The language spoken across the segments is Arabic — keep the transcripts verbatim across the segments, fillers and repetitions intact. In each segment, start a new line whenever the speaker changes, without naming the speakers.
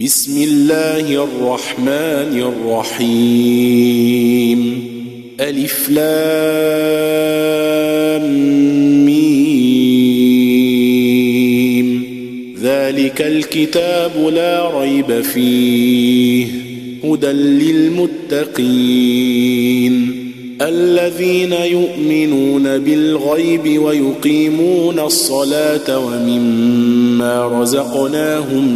بسم الله الرحمن الرحيم ألف لام ميم ذلك الكتاب لا ريب فيه هدى للمتقين الذين يؤمنون بالغيب ويقيمون الصلاة ومما رزقناهم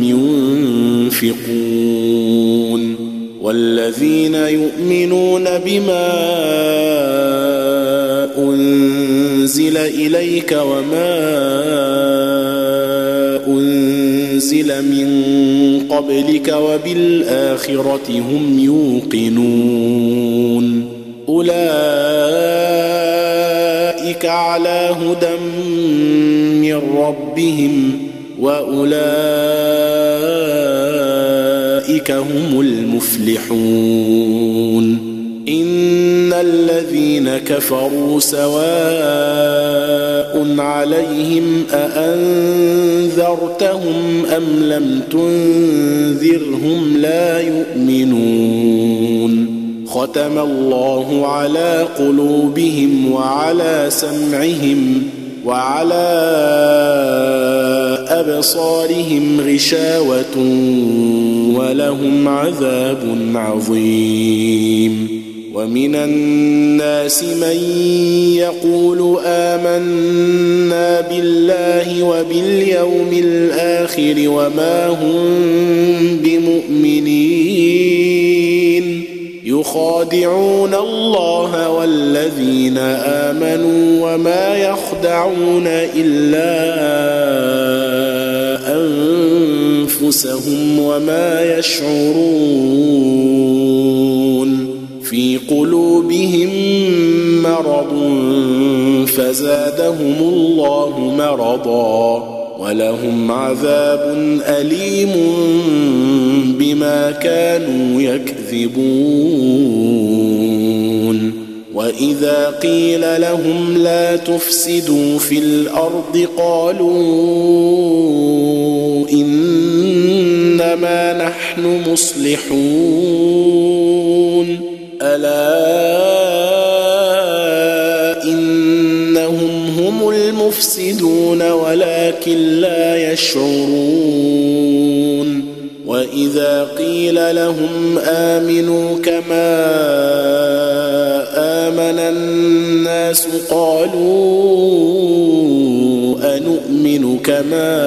ينفقون والذين يؤمنون بما أنزل إليك وما أنزل من قبلك وبالآخرة هم يوقنون أولئك على هدى من ربهم وأولئك هم المفلحون إن الذين كفروا سواء عليهم أأنذرتهم أم لم تنذرهم لا يؤمنون ختم الله على قلوبهم وعلى سمعهم وعلى أبصارهم غشاوة ولهم عذاب عظيم ومن الناس من يقول آمنا بالله وباليوم الآخر وما هم بمؤمنين يخادعون الله والذين آمنوا وما يخدعون إلا أنفسهم وما يشعرون في قلوبهم مرض فزادهم الله مرضا ولهم عذاب أليم بما كانوا يكذبون وإذا قيل لهم لا تفسدوا في الأرض قالوا إنما نحن مصلحون ألا إنهم هم المفسدون ولكن لا يشعرون وإذا قيل لهم آمنوا كما آمن الناس قالوا أنؤمن كما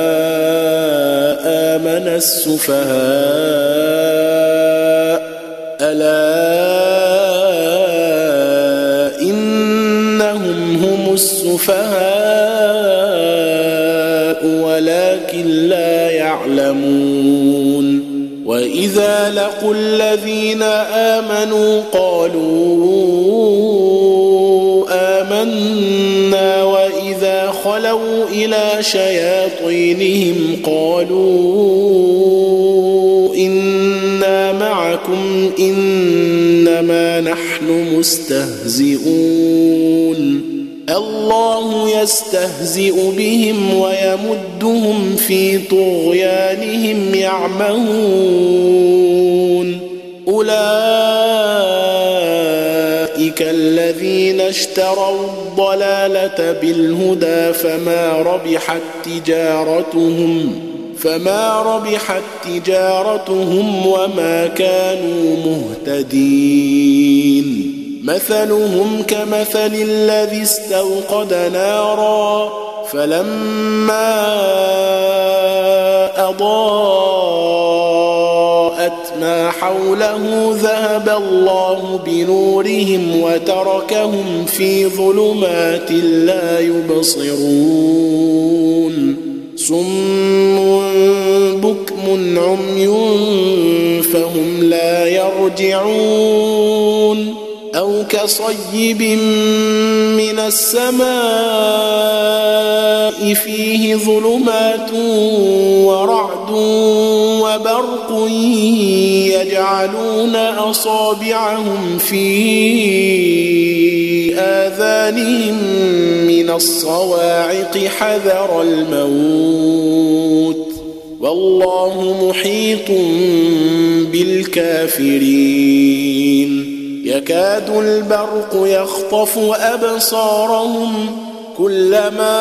آمن السفهاء ألا إنهم هم السفهاء ولكن لا يعلمون وإذا لقوا الذين آمنوا قالوا آمنا وإذا خلوا إلى شياطينهم قالوا إنا معكم إنما نحن مستهزئون الله يستهزئ بهم ويمدهم في طغيانهم يعمهون أولئك الذين اشتروا الضلالة بالهدى فما ربحت تجارتهم فما ربحت تجارتهم وما كانوا مهتدين مثلهم كمثل الذي استوقد نارا فلما أضاءت ما حوله ذهب الله بنورهم وتركهم في ظلمات لا يبصرون صم بكم عمي فهم لا يرجعون أو كصيب من السماء فيه ظلمات ورعد وبرق يجعلون أصابعهم في آذانهم من الصواعق حذر الموت والله محيط بالكافرين يكاد البرق يخطف أبصارهم كلما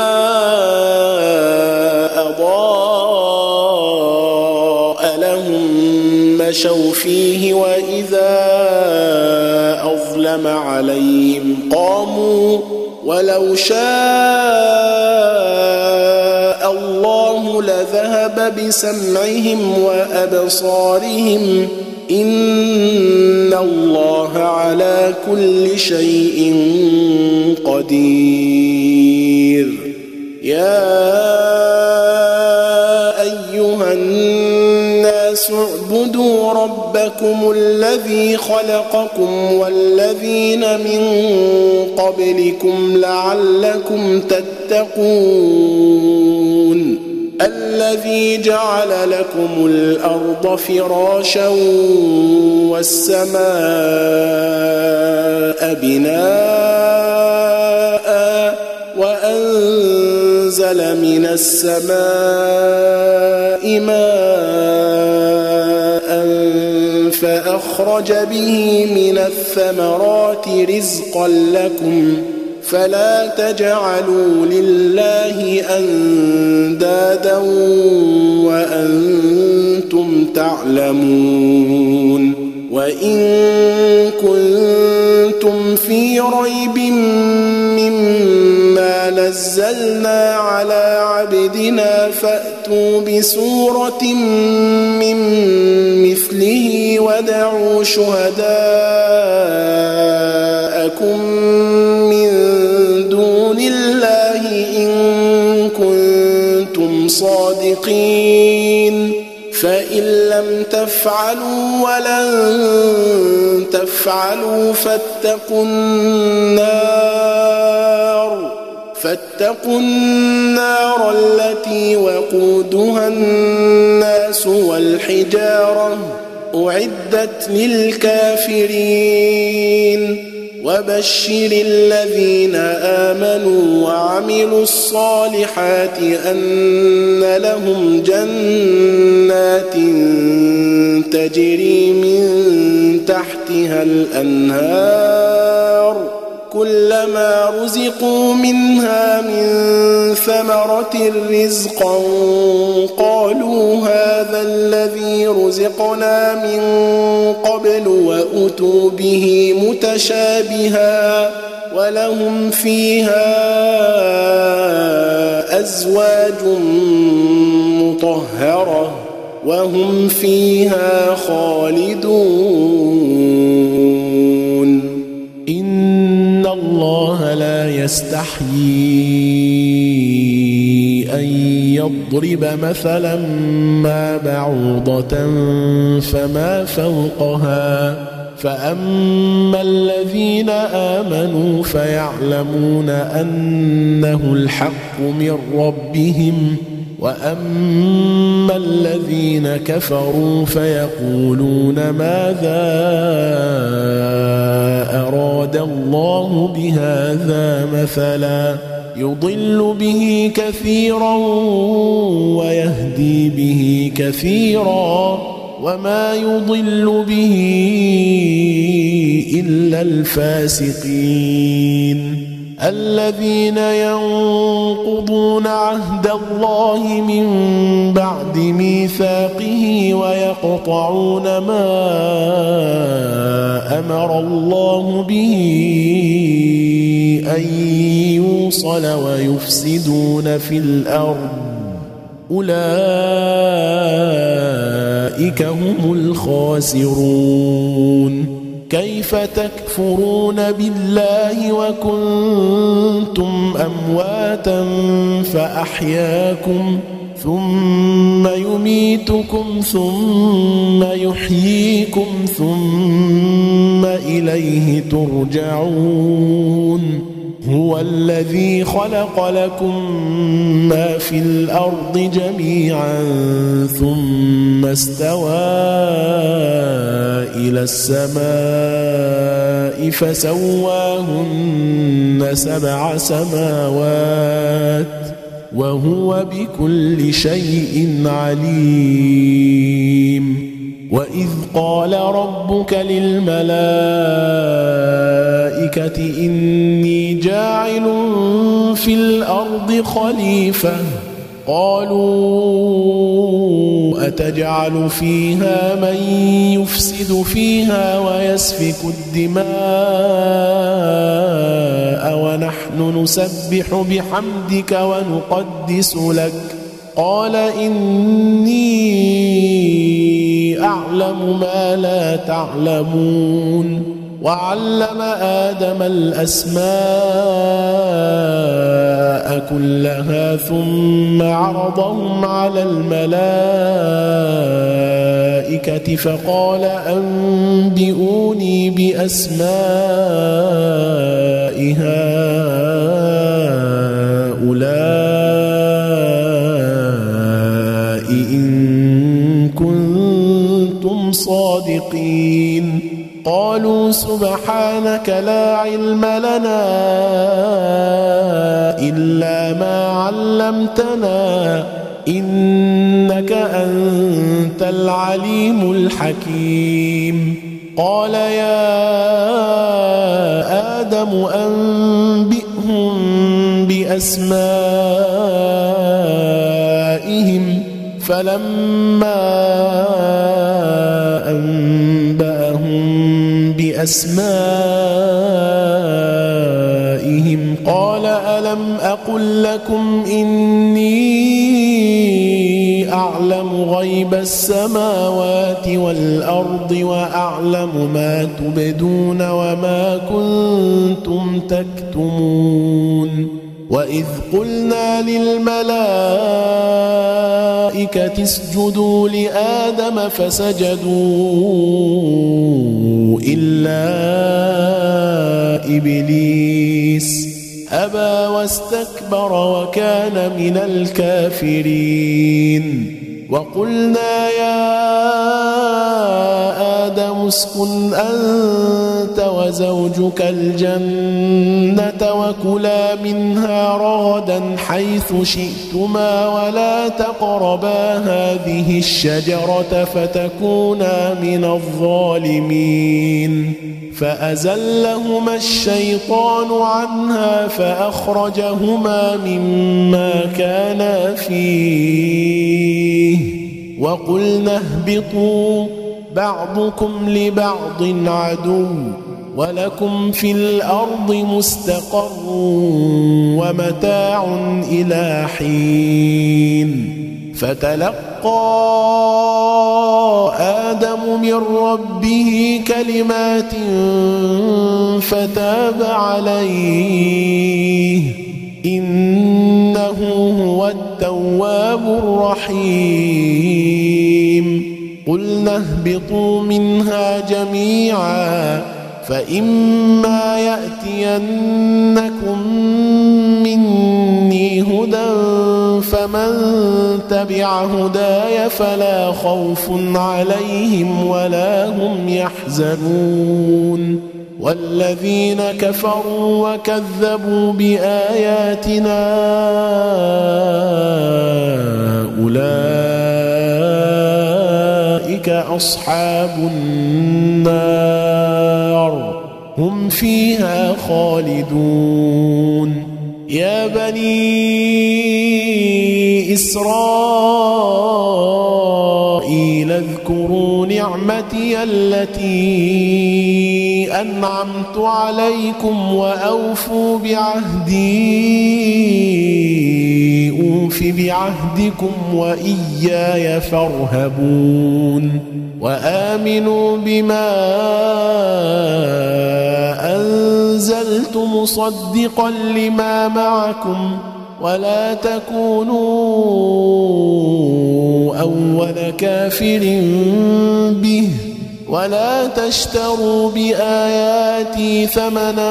أضاء لهم مشوا فيه وإذا أظلم عليهم قاموا ولو شاء الله لذهب بسمعهم وأبصارهم إن الله على كل شيء قدير يا أيها الناس اعبدوا ربكم الذي خلقكم والذين من قبلكم لعلكم تتقون الذي جعل لكم الأرض فراشا والسماء بناء وأنزل من السماء ماء فأخرج به من الثمرات رزقا لكم فلا تجعلوا لله أندادا وأنتم تعلمون وإن كنتم في ريب مما نزلنا على عبدنا فأتوا بسورة من مثله وادعوا شهداءكم من دون الله إن كنتم صادقين فإن لم تفعلوا ولن تفعلوا فاتقوا النار فاتقوا النار التي وقودها الناس والحجارة أعدت للكافرين وبشر الذين آمنوا وعملوا الصالحات أن لهم جنات تجري من تحتها الأنهار كلما رزقوا منها من ثمرة رزقا قالوا هذا الذي رزقنا من قبل وأتوا به متشابها ولهم فيها أزواج مطهرة وهم فيها خالدون إن الله لا يستحيي أن يضرب مثلا ما بعوضة فما فوقها فأما الذين آمنوا فيعلمون أنه الحق من ربهم وأما الذين كفروا فيقولون ماذا أراد الله بهذا مثلا يضل به كثيرا ويهدي به كثيرا وما يضل به إلا الفاسقين الذين ينقضون عهد الله من بعد ميثاقه ويقطعون ما أمر الله به أن يوصل ويفسدون في الأرض أولئك هم الخاسرون كيف تكفرون بالله وكنتم أمواتا فأحياكم ثم يميتكم ثم يحييكم ثم إليه ترجعون هو الذي خلق لكم ما في الأرض جميعا ثم استوى إلى السماء فسواهن سبع سماوات وهو بكل شيء عليم. وإذ قال ربك للملائكة إني جاعل في الأرض خليفة قالوا أتجعل فيها من يفسد فيها ويسفك الدماء ونحن نسبح بحمدك ونقدس لك قال إني أعلم ما لا تعلمون. وعلم آدم الأسماء كلها ثم عرضهم على الملائكة فقال أنبئوني بأسماء هؤلاء إن كنتم صادقين. قالوا سبحانك لا علم لنا إلا ما علمتنا إنك أنت العليم الحكيم. قال يا آدم أنبئهم بأسمائهم فلما بأسمائهم قال ألم أقل لكم إني أعلم غيب السماوات والأرض وأعلم ما تبدون وما كنتم تكتمون. وإذ قلنا للملائكة اسجدوا لآدم فسجدوا إلا إبليس أبى واستكبر وكان من الكافرين. وقلنا يا آدم اسكن أنت وزوجك الجنة وكلا منها رغدا حيث شئتما ولا تقربا هذه الشجرة فتكونا من الظالمين. فأزلهما الشيطان عنها فأخرجهما مما كانا فيه وقلنا اهبطوا بعضكم لبعض عدو ولكم في الأرض مستقر ومتاع إلى حين. فتلقى آدم من ربه كلمات فتاب عليه إنه هو التواب الرحيم. قلنا اهبطوا منها جميعا فإما يأتينكم مني هدى فمن تبع هداي فلا خوف عليهم ولا هم يحزنون. والذين كفروا وكذبوا بآياتنا أولئك أصحاب النار هم فيها خالدون. يا بني إسرائيل اذكروا نعمتي التي أنعمت عليكم وأوفوا بعهدي أوف بعهدكم وإياي فارهبون. وآمنوا بما أنزلت مصدقا لما معكم ولا تكونوا أول كافر به ولا تشتروا بآياتي ثمنا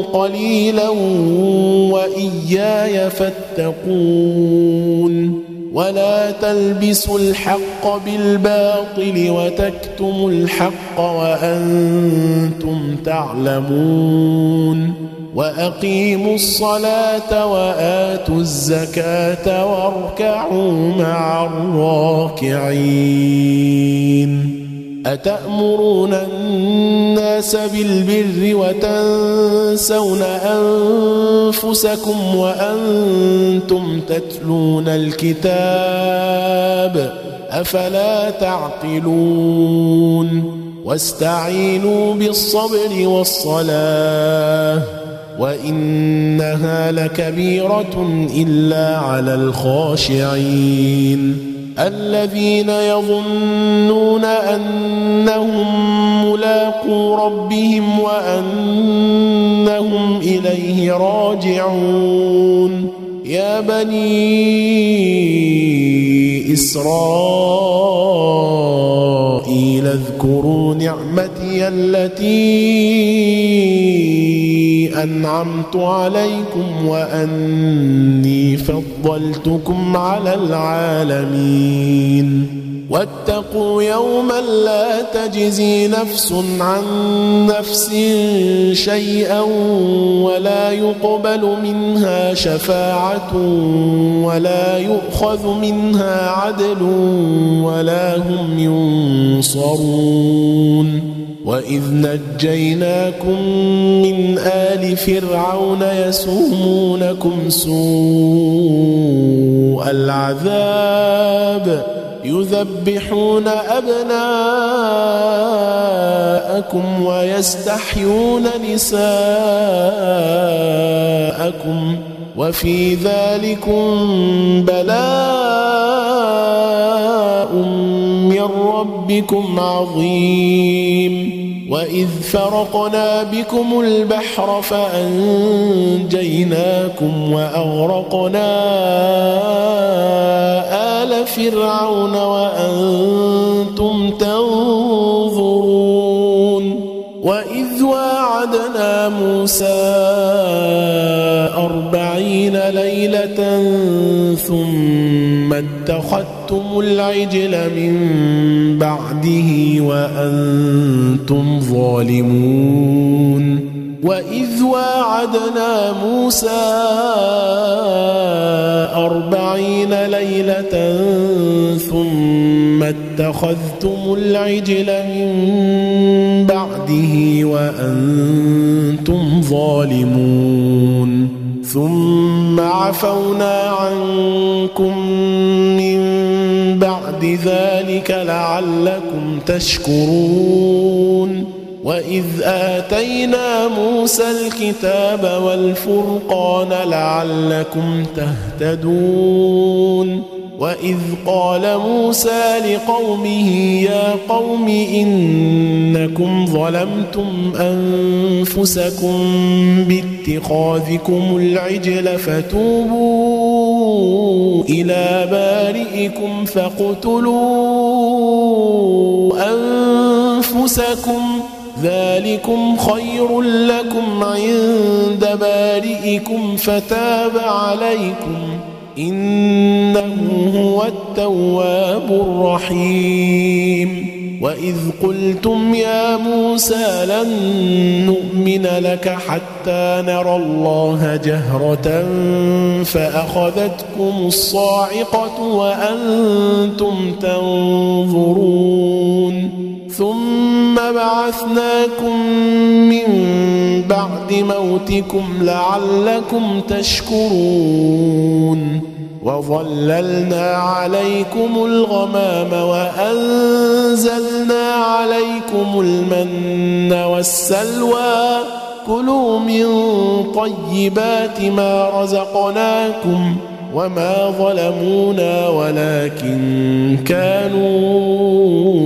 قليلا وإياي فاتقون. ولا تلبسوا الحق بالباطل وتكتموا الحق وأنتم تعلمون وأقيموا الصلاة وآتوا الزكاة واركعوا مع الراكعين أتأمرون الناس بالبر وتنسون أنفسكم وأنتم تتلون الكتاب أفلا تعقلون واستعينوا بالصبر والصلاة وإنها لكبيرة إلا على الخاشعين الذين يظنون أنهم ملاقو ربهم وأنهم إليه راجعون يا بني إسرائيل اذكروا نعمتي التي أنعمت عليكم وأني فضلتكم على العالمين واتقوا يوما لا تجزي نفس عن نفس شيئا ولا يقبل منها شفاعة ولا يؤخذ منها عدل ولا هم ينصرون وإذ نجيناكم من آل فرعون يسومونكم سوء العذاب يذبحون أبناءكم ويستحيون نساءكم وفي ذلكم بلاء من ربكم عظيم وإذ فرقنا بكم البحر فأنجيناكم وأغرقنا آل فرعون وأنتم تنظرون وإذ واعدنا موسى أربعين ليلة ثم اتخذتم العجل من بعده وأنتم ظالمون وإذ واعدنا موسى أربعين ليلة ثم اتخذتم العجل من بعده وأنتم ظالمون ثم عفونا عنكم من بعد ذلك لعلكم تشكرون وإذ آتينا موسى الكتاب والفرقان لعلكم تهتدون وإذ قال موسى لقومه يا قوم إنكم ظلمتم أنفسكم باتخاذكم العجل فتوبوا إلى بارئكم فاقتلوا أنفسكم ذلكم خير لكم عند بارئكم فتاب عليكم إنه هو التواب الرحيم وإذ قلتم يا موسى لن نؤمن لك حتى نرى الله جهرة فأخذتكم الصاعقة وأنتم تنظرون ثم بعثناكم من بعد موتكم لعلكم تشكرون وظللنا عليكم الغمام وأنزلنا عليكم المن والسلوى كلوا من طيبات ما رزقناكم وما ظلمونا ولكن كانوا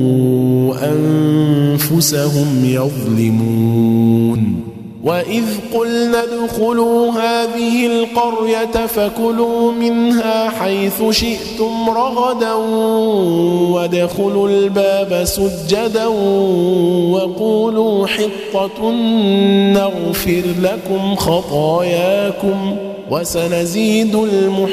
أنفسهم يظلمون وإذ قلنا ادخلوا هذه القرية فكلوا منها حيث شئتم رغدا وادخلوا الباب سجدا وقولوا حطة نغفر لكم خطاياكم وسنزيد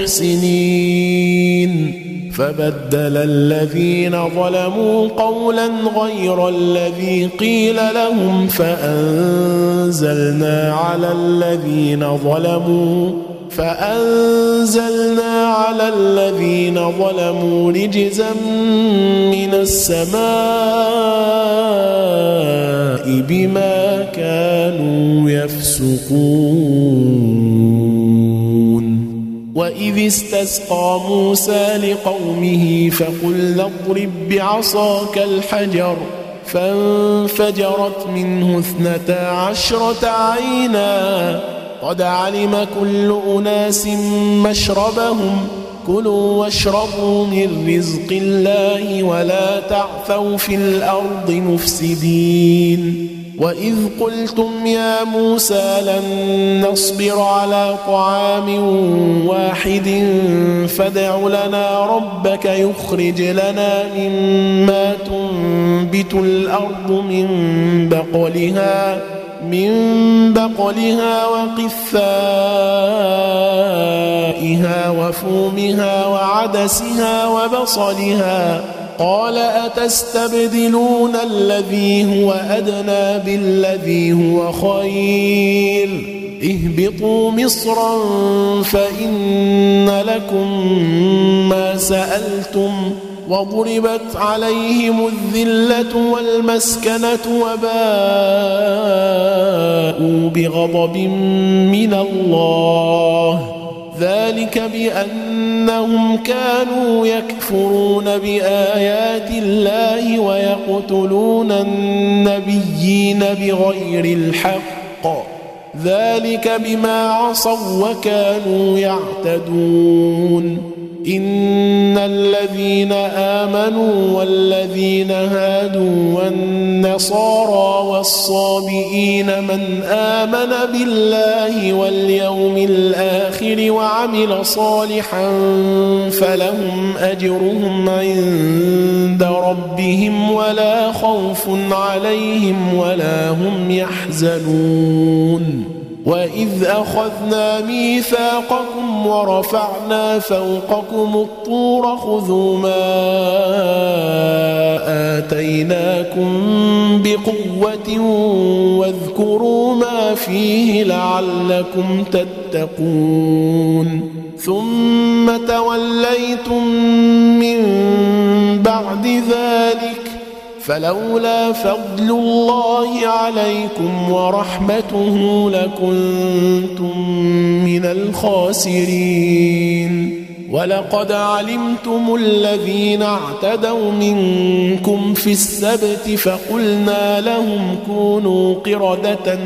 المحسنين فبدل الذين ظلموا قولا غير الذي قيل لهم فأنزلنا على الذين ظلموا فأنزلنا على الذين ظلموا رجزا من السماء بما كانوا يفسقون وإذ استسقى موسى لقومه فقل اضرب بعصاك الحجر فانفجرت منه اثنتا عشرة عينا قد علم كل أناس مشربهم كلوا واشربوا من رزق الله ولا تعثوا في الأرض مفسدين وإذ قلتم يا موسى لن نصبر على طعام واحد فادع لنا ربك يخرج لنا مما تنبت الأرض من بقلها من بقلها وقثائها وفومها وعدسها وبصلها قال أتستبدلون الذي هو أدنى بالذي هو خير اهبطوا مصرا فإن لكم ما سألتم وضربت عليهم الذلة والمسكنة وباءوا بغضب من الله ذلك بأنهم كانوا يكفرون بآيات الله ويقتلون النبيين بغير الحق ذلك بما عصوا وكانوا يعتدون إن الذين آمنوا والذين هادوا والنصارى والصابئين من آمن بالله واليوم الآخر وعمل صالحا فلهم أجرهم عند ربهم ولا خوف عليهم ولا هم يحزنون وإذ أخذنا ميثاقكم ورفعنا فوقكم الطور خذوا ما آتيناكم بقوة واذكروا ما فيه لعلكم تتقون ثم توليتم من بعد ذلك فلولا فضل الله عليكم ورحمته لكنتم من الخاسرين ولقد علمتم الذين اعتدوا منكم في السبت فقلنا لهم كونوا قردة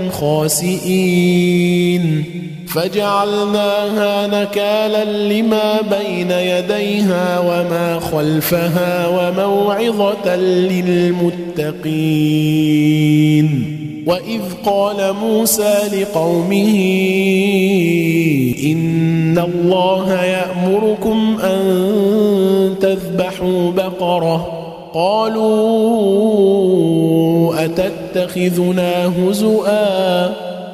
خاسئين فجعلناها نكالا لما بين يديها وما خلفها وموعظة للمتقين وإذ قال موسى لقومه إن الله يأمركم أن تذبحوا بقرة قالوا أتتخذنا هزؤا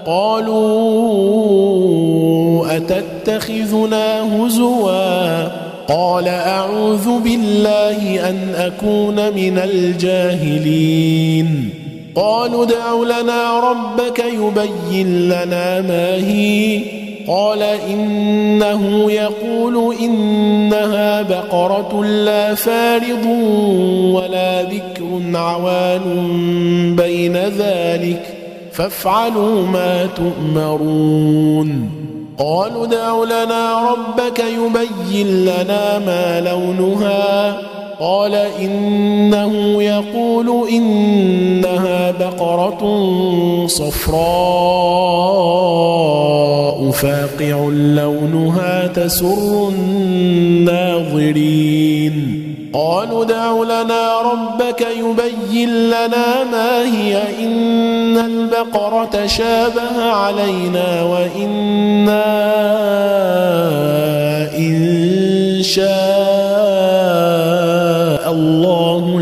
قالوا أتتخذنا هزوا قال أعوذ بالله أن أكون من الجاهلين قالوا ادع لنا ربك يبين لنا ما هي قال إنه يقول إنها بقرة لا فارض ولا بكر عوان بين ذلك فافعلوا ما تؤمرون قالوا ادع لنا ربك يبين لنا ما لونها قال إنه يقول إنها بقرة صفراء فاقع لونها تسر الناظرين قالوا ادع لنا ربك يبين لنا ما هي إن البقرة شابه علينا وإنا إن شاء الله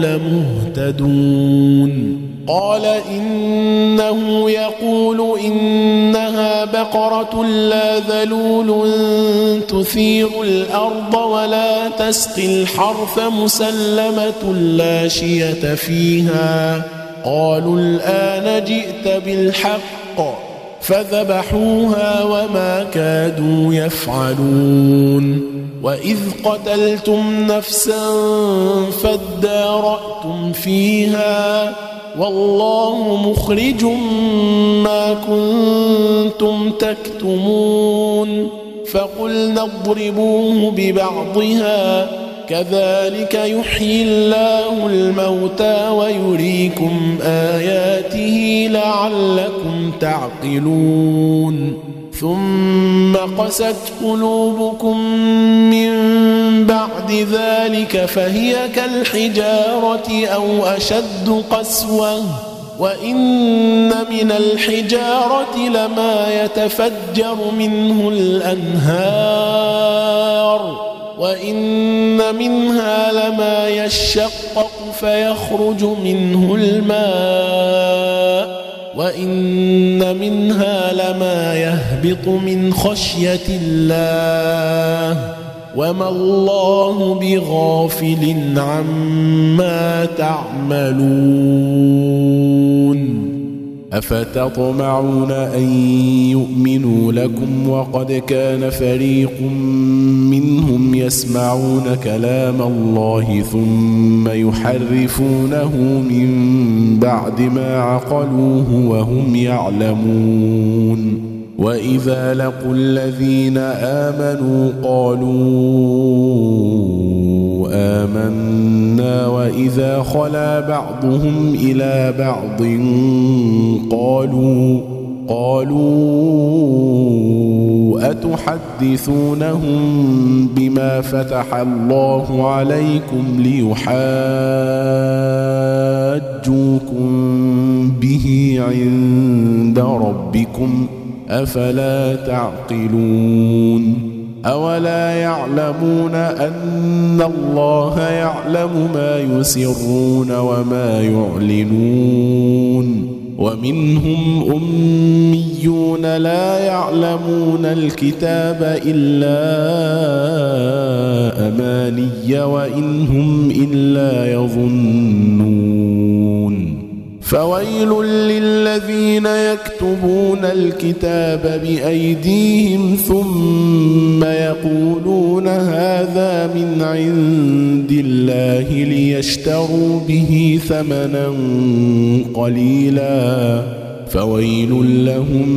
لمهتدون قال إنه يقول إنها بقرة لا ذلول تثير الأرض ولا تسقي الحرث مسلمة لا شية فيها قالوا الآن جئت بالحق فذبحوها وما كادوا يفعلون وإذ قتلتم نفسا فادارأتم فيها والله مخرج ما كنتم تكتمون فقلنا اضربوه ببعضها كذلك يحيي الله الموتى ويريكم آياته لعلكم تعقلون ثم قست قلوبكم من بعد ذلك فهي كالحجارة أو أشد قسوة وإن من الحجارة لما يتفجر منه الأنهار وإن منها لما يشقق فيخرج منه الماء وإن منها لما يهبط من خشية الله وما الله بغافل عما تعملون أفتطمعون أن يؤمنوا لكم وقد كان فريق منهم يسمعون كلام الله ثم يحرفونه من بعد ما عقلوه وهم يعلمون وإذا لقوا الذين آمنوا قالوا آمنا وإذا خلا بعضهم إلى بعض قالوا قالوا أتحدثونهم بما فتح الله عليكم ليحاجوكم به عند ربكم أفلا تعقلون أولا يعلمون أن الله يعلم ما يسرون وما يعلنون ومنهم أميون لا يعلمون الكتاب إلا أماني وإن هم إلا يظنون فويل للذين يكتبون الكتاب بأيديهم ثم يقولون هذا من عند الله ليشتروا به ثمنا قليلا فويل لهم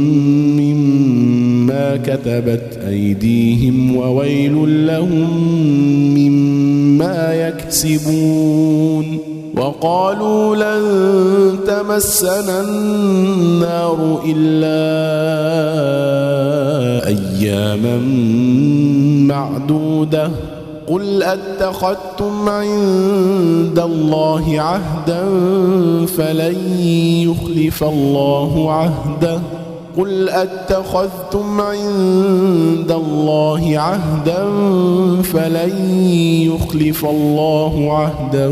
مما كتبت أيديهم وويل لهم مما يكسبون وقالوا لن تمسنا النار إلا أياما معدودة قل أتخذتم عند الله عهدا فلن يخلف الله عهده قل أتخذتم عند الله عهدا فلن يخلف الله عهده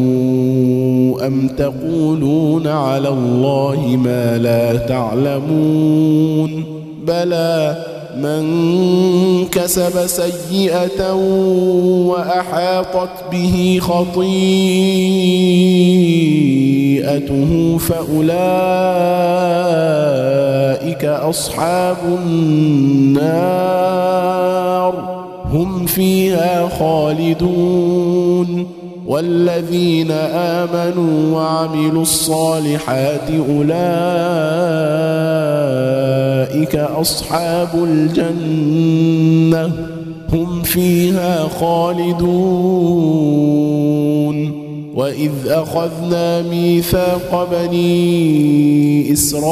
أم تقولون على الله ما لا تعلمون بلى من كسب سيئة وأحاطت به خطيئته فأولئك أصحاب النار هم فيها خالدون والذين آمنوا وعملوا الصالحات أولئك أصحاب الجنة هم فيها خالدون وإذ أخذنا ميثاق بني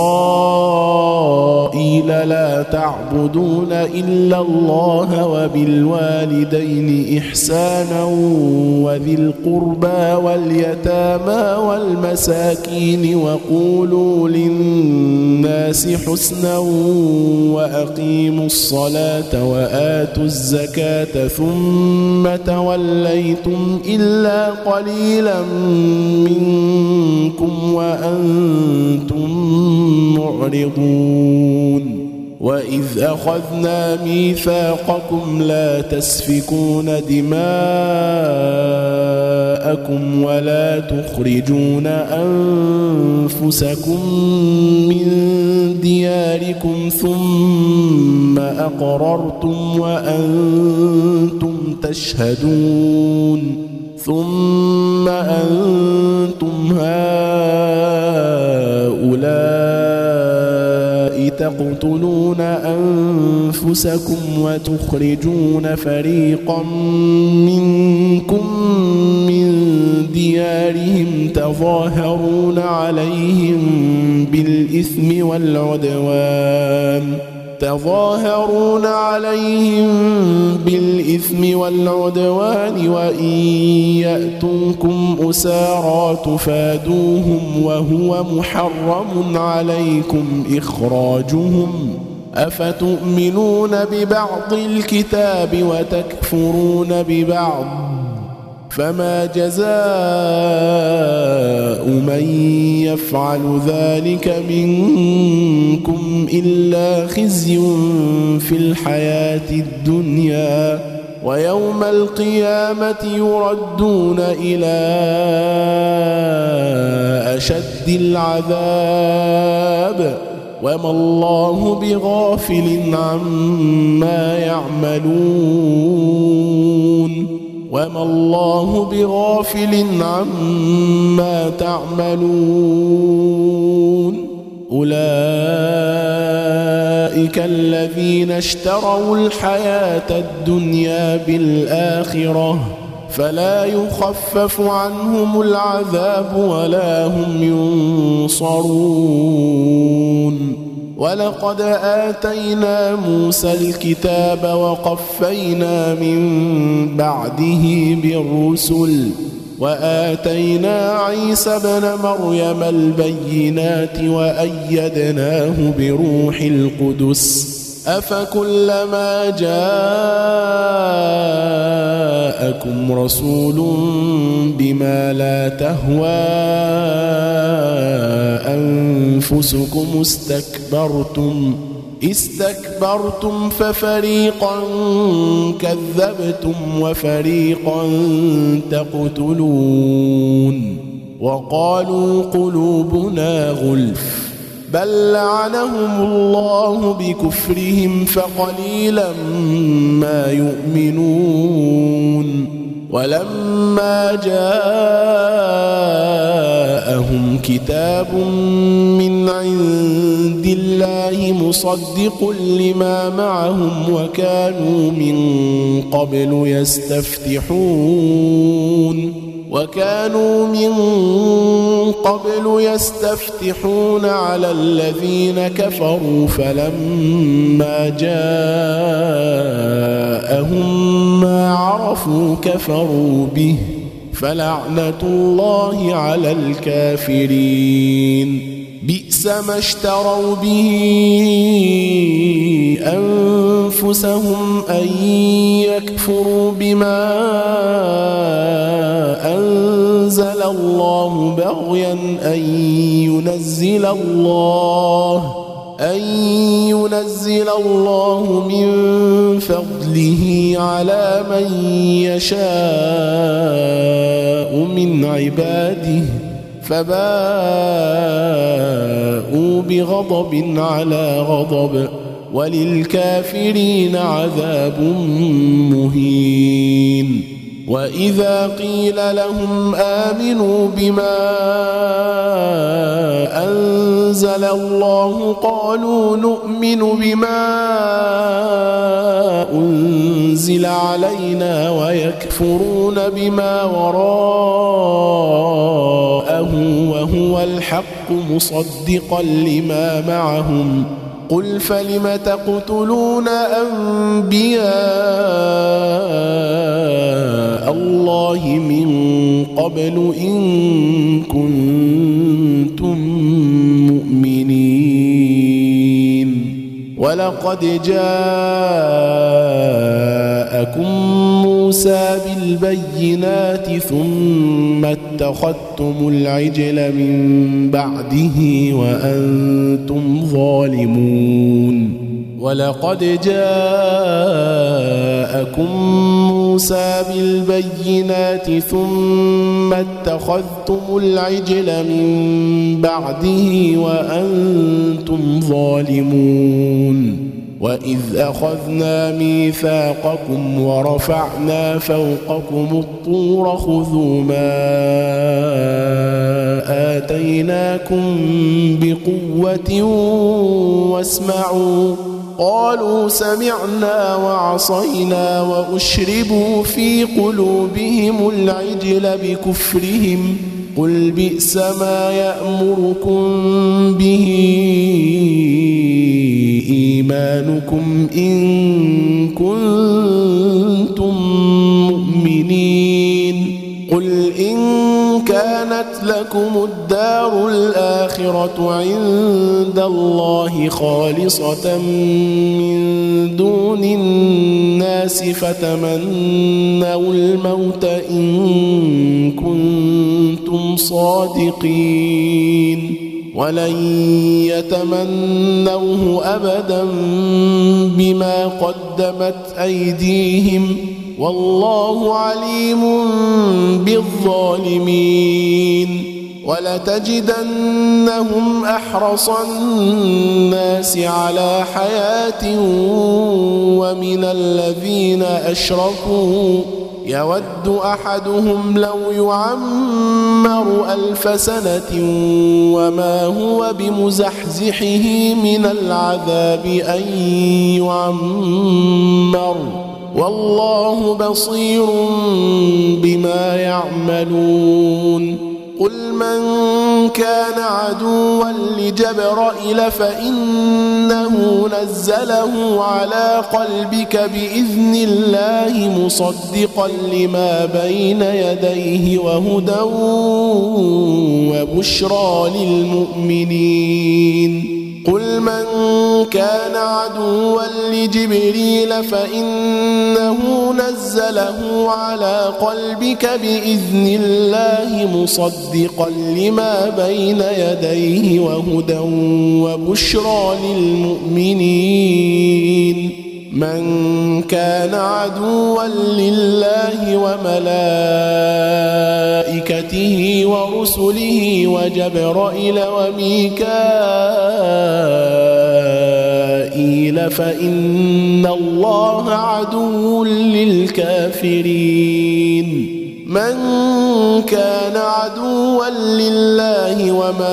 إسرائيل لا تعبدون إلا الله وبالوالدين إحسانا وذي القربى واليتامى والمساكين وقولوا للناس حسنا وأقيموا الصلاة وآتوا الزكاة ثم توليتم إلا قليلا منكم وأنتم معرضون وإذ أخذنا ميثاقكم لا تسفكون دماءكم ولا تخرجون أنفسكم من دياركم ثم أقررتم وأنتم تشهدون ثم أنتم هؤلاء تقتلون أنفسكم وتخرجون فريقا منكم من ديارهم تظاهرون عليهم بالإثم والعدوان تظاهرون عليهم بالإثم والعدوان وإن يأتوكم أسارى تفادوهم وهو محرم عليكم إخراجهم أفتؤمنون ببعض الكتاب وتكفرون ببعض فما جزاء من يفعل ذلك منكم إلا خزي في الحياة الدنيا ويوم القيامة يردون إلى أشد العذاب وما الله بغافل عما يعملون وما الله بغافل عما تعملون أولئك الذين اشتروا الحياة الدنيا بالآخرة فلا يخفف عنهم العذاب ولا هم ينصرون ولقد آتينا موسى الكتاب وقفينا من بعده بالرسل وآتينا عيسى ابن مريم البينات وأيدناه بروح القدس أفكلما جاءكم رسول بما لا تهوى أنفسكم استكبرتم استكبرتم ففريقا كذبتم وفريقا تقتلون وقالوا قلوبنا غلف بل لعنهم الله بكفرهم فقليلا ما يؤمنون ولما جاءهم كتاب من عند الله مصدق لما معهم وكانوا من قبل يستفتحون وكانوا من قبل يستفتحون على الذين كفروا فلما جاءهم ما عرفوا كفروا به فلعنة الله على الكافرين بئس ما اشتروا به أنفسهم أن يكفروا بما أنزل الله بغيا أن ينزل الله أن ينزل الله من فضله على من يشاء من عباده فباءوا بغضب على غضب وللكافرين عذاب مهين وإذا قيل لهم آمنوا بما أنزل الله قالوا نؤمن بما أنزل علينا ويكفرون بما وراءه وهو الحق مصدقا لما معهم قل فلم تقتلون أنبياء الله من قبل إن كنتم مؤمنين ولقد جاءكم موسى بالبينات ثم اتخذتم العجل من بعده وأنتم ظالمون ولقد جاءكم موسى بالبينات ثم اتخذتم العجل من بعده وأنتم ظالمون وإذ أخذنا ميثاقكم ورفعنا فوقكم الطور خذوا ما آتيناكم بقوة واسمعوا قالوا سمعنا وعصينا وأشربوا في قلوبهم العجل بكفرهم قل بئس ما يأمركم به إيمانكم إن كنتم مؤمنين قل إن كانت لكم الدار الآخرة عند الله خالصة من دون الناس فتمنوا الموت إن كنتم صادقين ولن يتمنوه أبدا بما قدمت أيديهم والله عليم بالظالمين ولتجدنهم أحرص الناس على حياة ومن الذين أشركوا يود أحدهم لو يعمر ألف سنة وما هو بمزحزحه من العذاب أن يعمر والله بصير بما يعملون قل من كان عدوا لجبرائيل فإنه نزله على قلبك بإذن الله مصدقا لما بين يديه وهدى وبشرى للمؤمنين قل من كان عدوا لجبريل فإنه نزله على قلبك بإذن الله مصدقا لما بين يديه وهدى وبشرى للمؤمنين من كان عدوا لله وملائكته ورسله وجبرائيل وميكائيل فإن الله عدو للكافرين من كان عدوا لله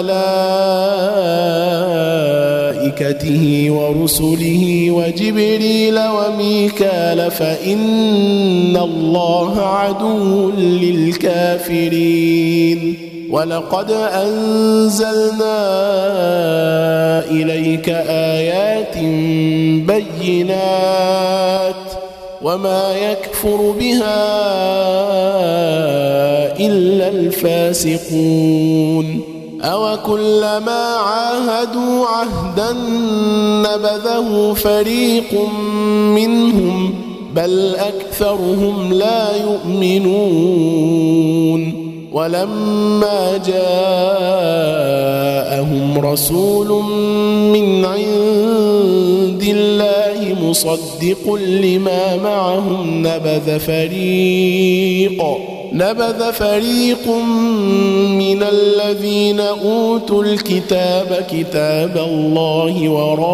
وملائكته ورسله وجبريل وميكال فإن الله عدو للكافرين ولقد أنزلنا إليك آيات بينات وما يكفر بها إلا الفاسقون أوكلما عاهدوا عهدا نبذه فريق منهم بل أكثرهم لا يؤمنون ولما جاءهم رسول من عند الله مصدق لما معهم نبذ فريق نبذ فريق من الذين أوتوا الكتاب كتاب الله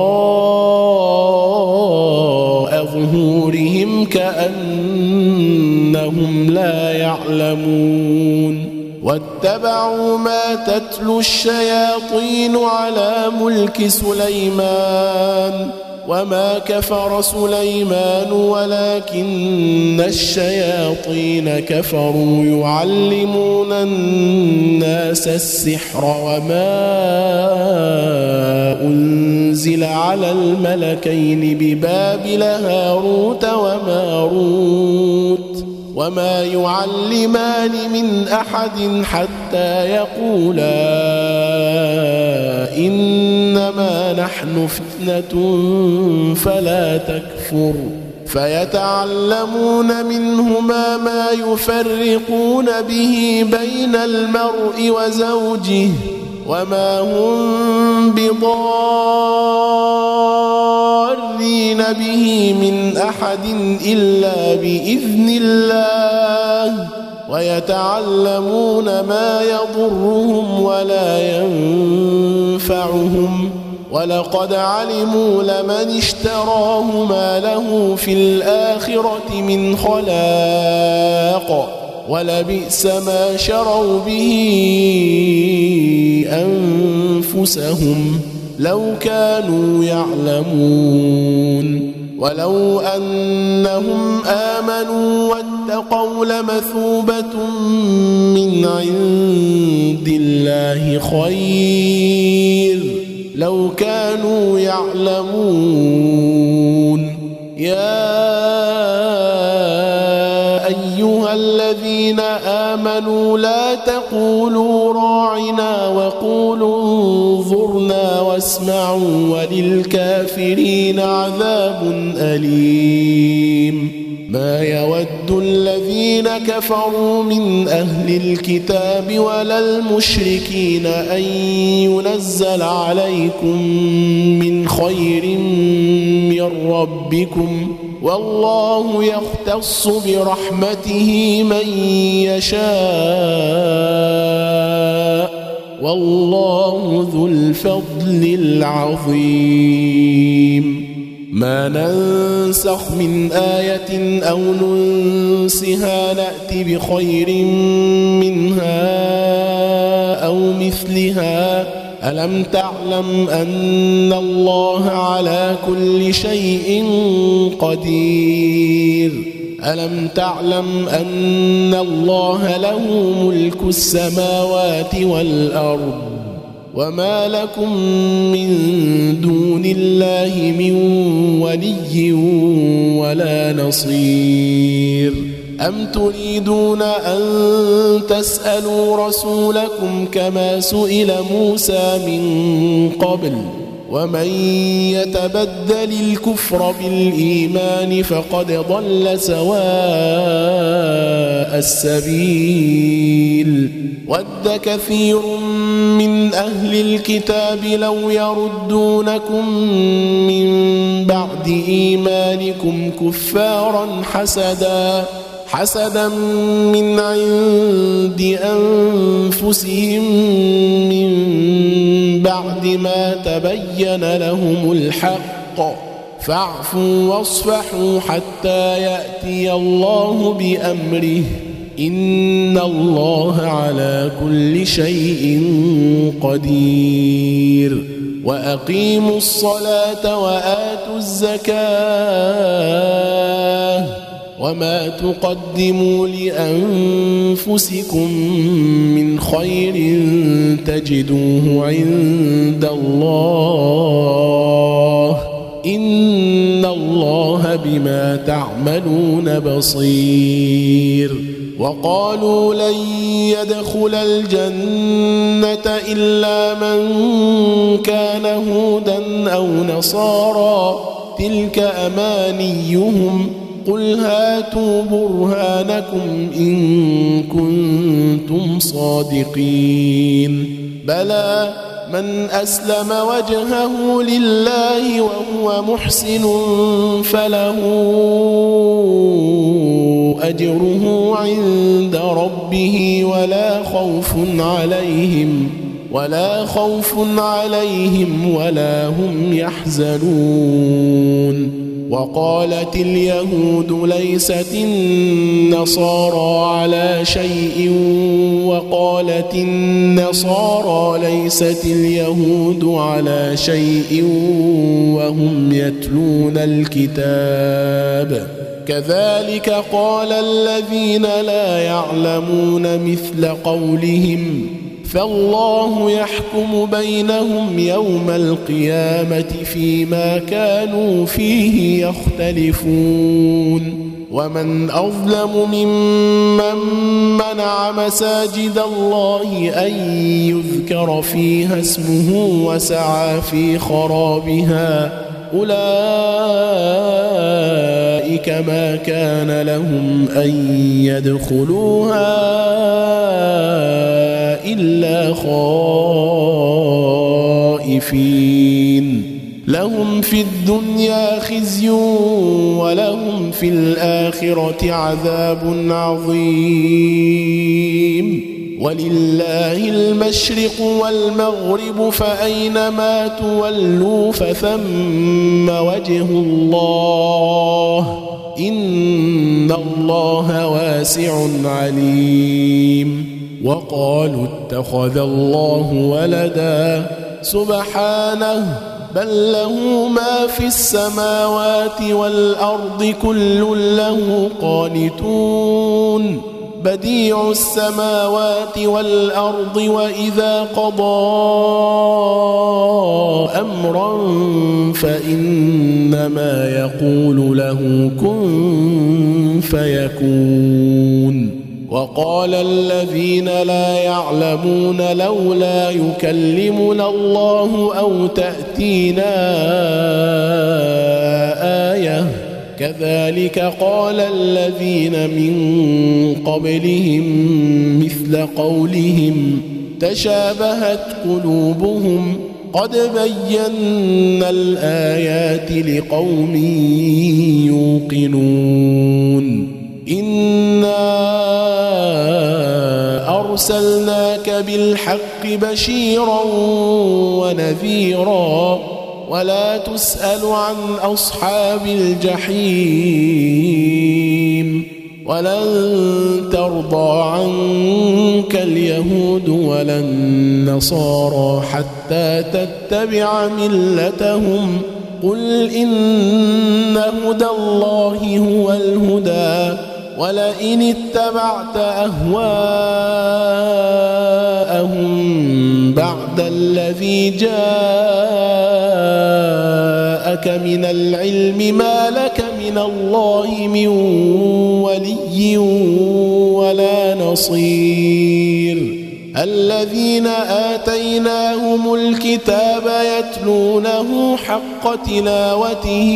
وراء ظهورهم كأنهم لا يعلمون واتبعوا ما تتلو الشياطين على ملك سليمان وما كفر سليمان ولكن الشياطين كفروا يعلمون الناس السحر وما أنزل على الملكين ببابل هاروت وماروت وما يعلمان من أحد حتى يقولا إنما نحن فتنة فلا تكفر فيتعلمون منهما ما يفرقون به بين المرء وزوجه وما هم بضارين مستضعفين به من أحد إلا بإذن الله ويتعلمون ما يضرهم ولا ينفعهم ولقد علموا لمن اشتراه ما له في الآخرة من خلاق ولبئس ما شروا به أنفسهم لو كانوا يعلمون ولو أنهم آمنوا واتقوا لمثوبة من عند الله خير لو كانوا يعلمون يا أيها الذين آمنوا لا تقولوا راعنا وقولوا انظرنا واسمعوا وللكافرين عذاب أليم ما يود الذين كفروا من أهل الكتاب ولا المشركين أن ينزل عليكم من خير من ربكم والله يختص برحمته من يشاء والله ذو الفضل العظيم ما ننسخ من آية أو ننسها نأت بخير منها أو مثلها ألم تعلم أن الله على كل شيء قدير ألم تعلم أن الله له ملك السماوات والأرض وما لكم من دون الله من ولي ولا نصير أم تريدون أن تسألوا رسولكم كما سئل موسى من قبل ومن يتبدل الكفر بالإيمان فقد ضل سواء السبيل ود كثير من أهل الكتاب لو يردونكم من بعد إيمانكم كفارا حسدا حسدا من عند أنفسهم من بعد ما تبين لهم الحق فاعفوا واصفحوا حتى يأتي الله بأمره إن الله على كل شيء قدير وأقيموا الصلاة وآتوا الزكاة وما تقدموا لأنفسكم من خير تجدوه عند الله إن الله بما تعملون بصير وقالوا لن يدخل الجنة إلا من كان هودا أو نصارى تلك أمانيهم قل هاتوا برهانكم إن كنتم صادقين بلى من أسلم وجهه لله وهو محسن فله أجره عند ربه ولا خوف عليهم ولا خوف عليهم ولا هم يحزنون وقالت اليهود ليست النصارى على شيء وقالت النصارى ليست اليهود على شيء وهم يتلون الكتاب كذلك قال الذين لا يعلمون مثل قولهم فالله يحكم بينهم يوم القيامة فيما كانوا فيه يختلفون ومن أظلم ممن منع مساجد الله أن يذكر فيها اسمه وسعى في خرابها أولئك ما كان لهم أن يدخلوها إلا خائفين لهم في الدنيا خزي ولهم في الآخرة عذاب عظيم ولله المشرق والمغرب فأينما تولوا فثم وجه الله إن الله واسع عليم وقالوا اتخذ الله ولدا سبحانه بل له ما في السماوات والأرض كل له قانتون بديع السماوات والأرض وإذا قضى أمرا فإنما يقول له كن فيكون وقال الذين لا يعلمون لولا يكلمنا الله أو تأتينا آية كذلك قال الذين من قبلهم مثل قولهم تشابهت قلوبهم قد بينا الآيات لقوم يوقنون إنا أرسلناك بالحق بشيرا ونذيرا ولا تسأل عن أصحاب الجحيم ولن ترضى عنك اليهود ولا النصارى حتى تتبع ملتهم قل إن هدى الله هو الهدى ولئن اتبعت أهواءهم بعد الذي جاءك من العلم ما لك من الله من ولي ولا نصير الذين آتيناهم الكتاب يتلونه حق تلاوته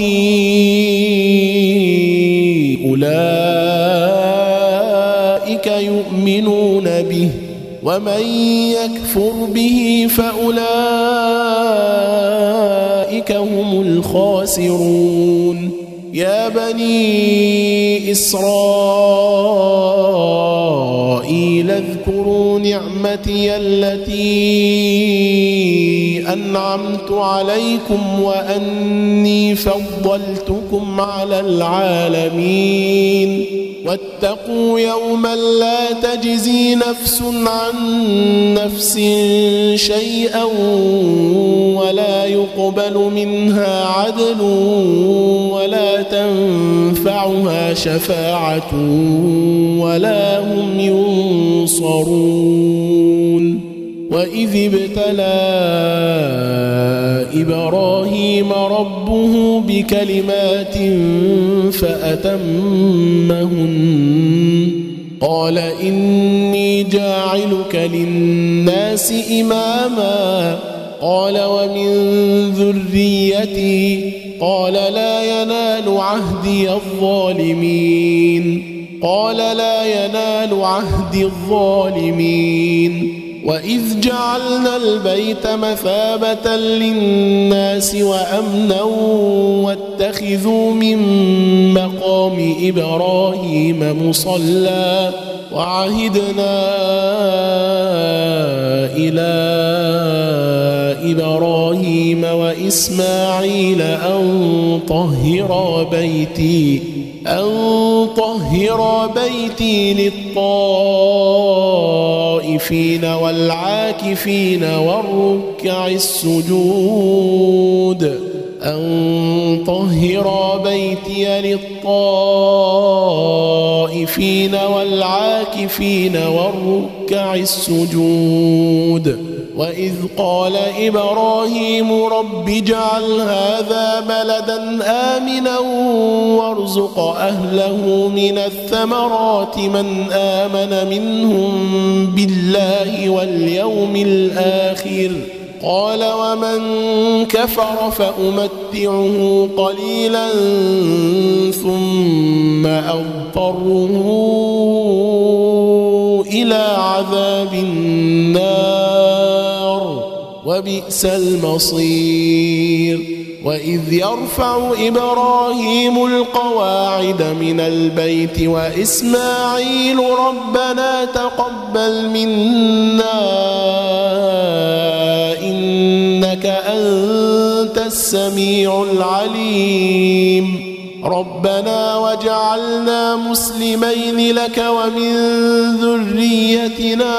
أولئك يؤمنون به ومن يكفر به فأولئك هم الخاسرون يا بني إسرائيل اذكروا نعمتي التي أنعمت عليكم وأني فضلتكم على العالمين واتقوا يوما لا تجزي نفس عن نفس شيئا ولا يقبل منها عدل ولا تنفعها شفاعة ولا هم ينصرون وإذ ابتلى إبراهيم ربه بكلمات فأتمهن قال إني جاعلك للناس إماما قال ومن ذريتي قال لا ينال عهدي الظالمين قال لا ينال عهدي الظالمين وإذ جعلنا البيت مثابة للناس وأمنا واتخذوا من مقام إبراهيم مصلى وعهدنا إلى إبراهيم وإسماعيل أن طهرا بيتي أن طهر بيتي للطائفين والعاكفين والركع السجود أن طهر بيتي للطائفين والعاكفين والركع السجود وإذ قال إبراهيم رب اجعل هذا بلدا آمنا وارزق أهله من الثمرات من آمن منهم بالله واليوم الآخر قال ومن كفر فأمتعه قليلا ثم أضطره إلى عذاب النار وبئس المصير. وإذ يرفع إبراهيم القواعد من البيت وإسماعيل ربنا تقبل منا إنك أنت السميع العليم ربنا واجعلنا مسلمين لك ومن ذريتنا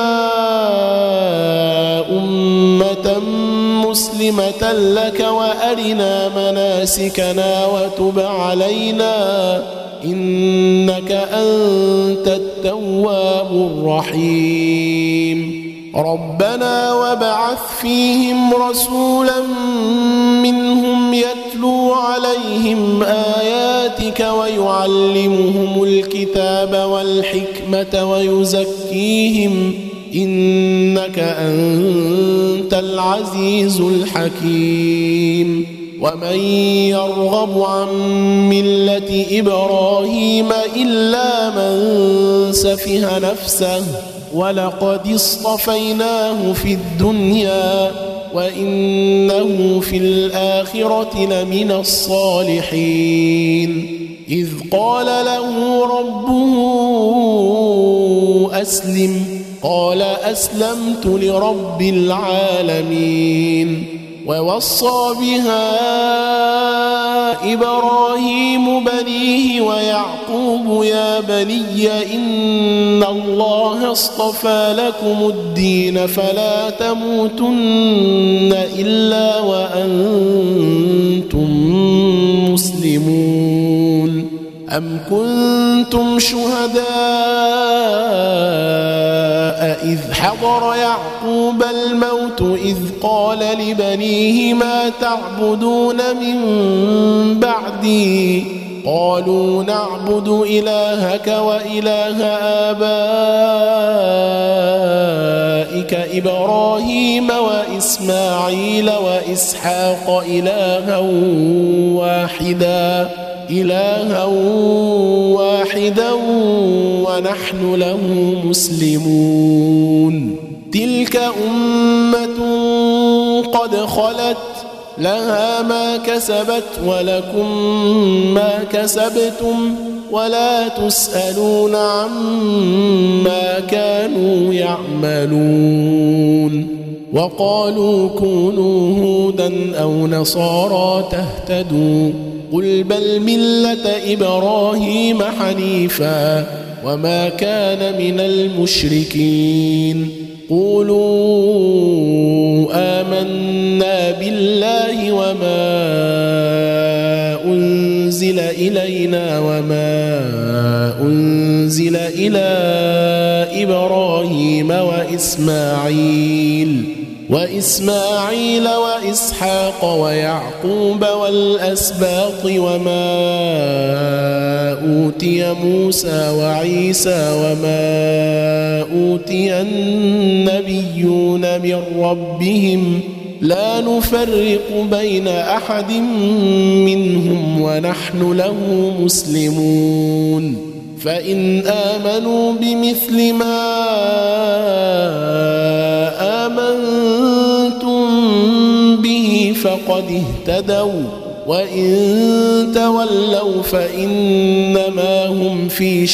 أمة مسلمة لك وأرنا مناسكنا وتب علينا إنك أنت التواب الرحيم ربنا وابعث فيهم رسولا منهم يتلو عليهم آياتك ويعلمهم الكتاب والحكمة ويزكيهم إنك أنت العزيز الحكيم ومن يرغب عن ملة إبراهيم إلا من سفه نفسه ولقد اصطفيناه في الدنيا وإنه في الآخرة لمن الصالحين إذ قال له ربه أسلم قال أسلمت لرب العالمين ووصى بها إبراهيم بنيه ويعقوب يا بني إن الله اصطفى لكم الدين فلا تموتن إلا وأنتم مسلمون أم كنتم شهداء إذ حضر يعقوب الموت إذ قال لبنيه ما تعبدون من بعدي قالوا نعبد إلهك وإله آبائك إبراهيم وإسماعيل وإسحاق إلها واحدا إلها واحدا ونحن له مسلمون تلك أمة قد خلت لها ما كسبت ولكم ما كسبتم ولا تسألون عما كانوا يعملون وقالوا كونوا هودا أو نصارى تهتدوا قل بل ملة إبراهيم حنيفا وما كان من المشركين قولوا آمنا بالله وما أنزل إلينا وما أنزل إلى إبراهيم وإسماعيل وإسماعيل وإسحاق ويعقوب والأسباط وما أوتي موسى وعيسى وما أوتي النبيون من ربهم لا نفرق بين أحد منهم ونحن له مسلمون فإن آمنوا بمثل ما آمنتم به فقد اهتدوا وإن تولوا فإنما هم في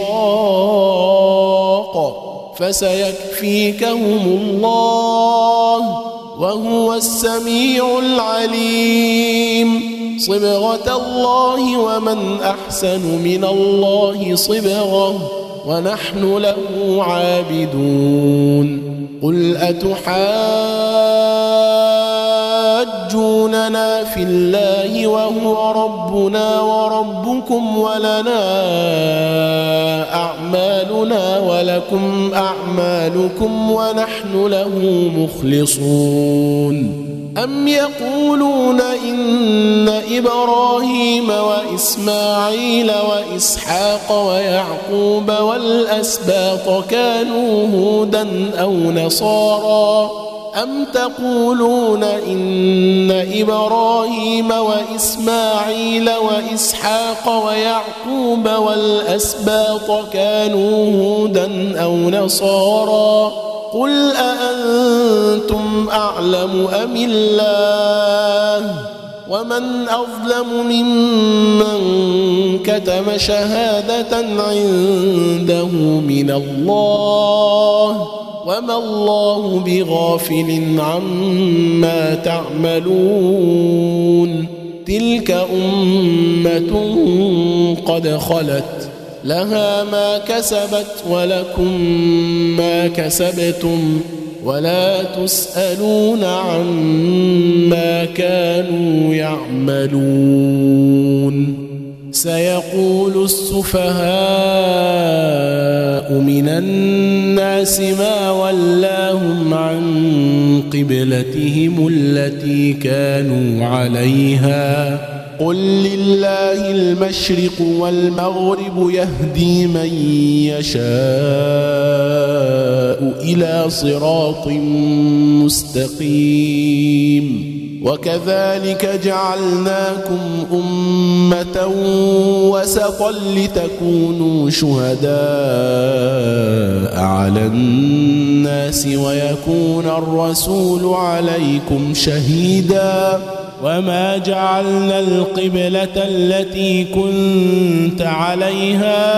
شقاق فسيكفيكهم الله وهو السميع العليم صبغة الله ومن أحسن من الله صبغة ونحن له عابدون قل أتحاجوننا في الله وهو ربنا وربكم ولنا أعمالنا ولكم أعمالكم ونحن له مخلصون أم يقولون إن إبراهيم وإسماعيل وإسحاق ويعقوب والأسباط كانوا هودا أو نصارى أم تقولون إن إبراهيم وإسماعيل وإسحاق ويعقوب والأسباط كانوا هودا أو نصارى قل أأنتم أأنتم أعلم أم الله ومن أظلم ممن كتم شهادة عنده من الله وما الله بغافل عما تعملون تلك أمة قد خلت لها ما كسبت ولكم ما كسبتم ولا تسألون عما كانوا يعملون سيقول السفهاء من الناس ما ولاهم عن قبلتهم التي كانوا عليها قل لله المشرق والمغرب يهدي من يشاء إلى صراط مستقيم وكذلك جعلناكم أمة وسطا لتكونوا شهداء على الناس ويكون الرسول عليكم شهيدا وما جعلنا القبلة التي كنت عليها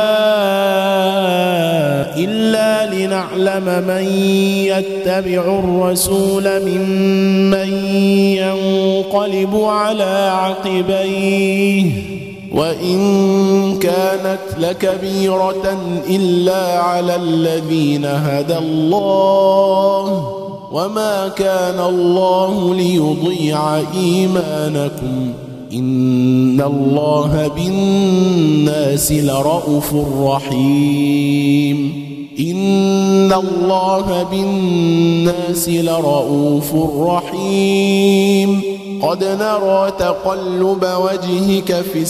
إلا لنعلم من يتبع الرسول ممن ينقلب على عقبيه وإن كانت لكبيرة إلا على الذين هدى الله وما كان الله ليضيع إيمانكم إن الله بالناس لرءوف رحيم إن الله بالناس لرءوف رحيم قد نرى تقلب وجهك في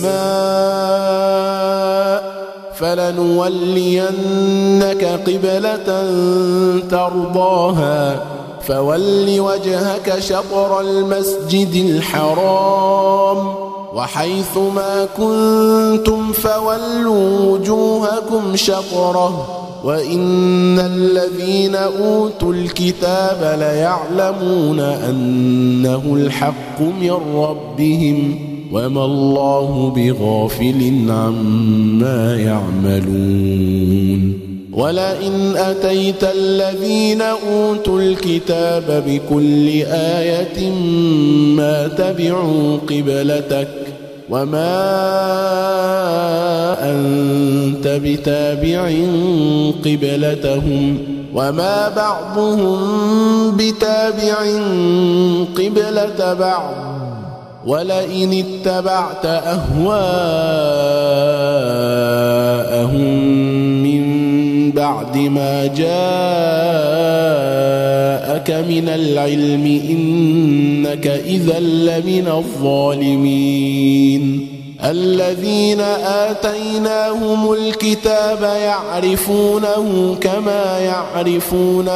السماء فلنولينك قبلة ترضاها فول وجهك شطر المسجد الحرام وحيث ما كنتم فولوا وجوهكم شطره وإن الذين أوتوا الكتاب ليعلمون أنه الحق من ربهم وما الله بغافل عما يعملون ولئن أتيت الذين أوتوا الكتاب بكل آية ما تبعوا قبلتك وما أنت بتابع قبلتهم وما بعضهم بتابع قبلة بعض ولئن اتبعت أهواءهم من بعد ما جاءك من العلم إنك إذا لمن الظالمين الذين آتيناهم الكتاب يعرفونه كما يعرفون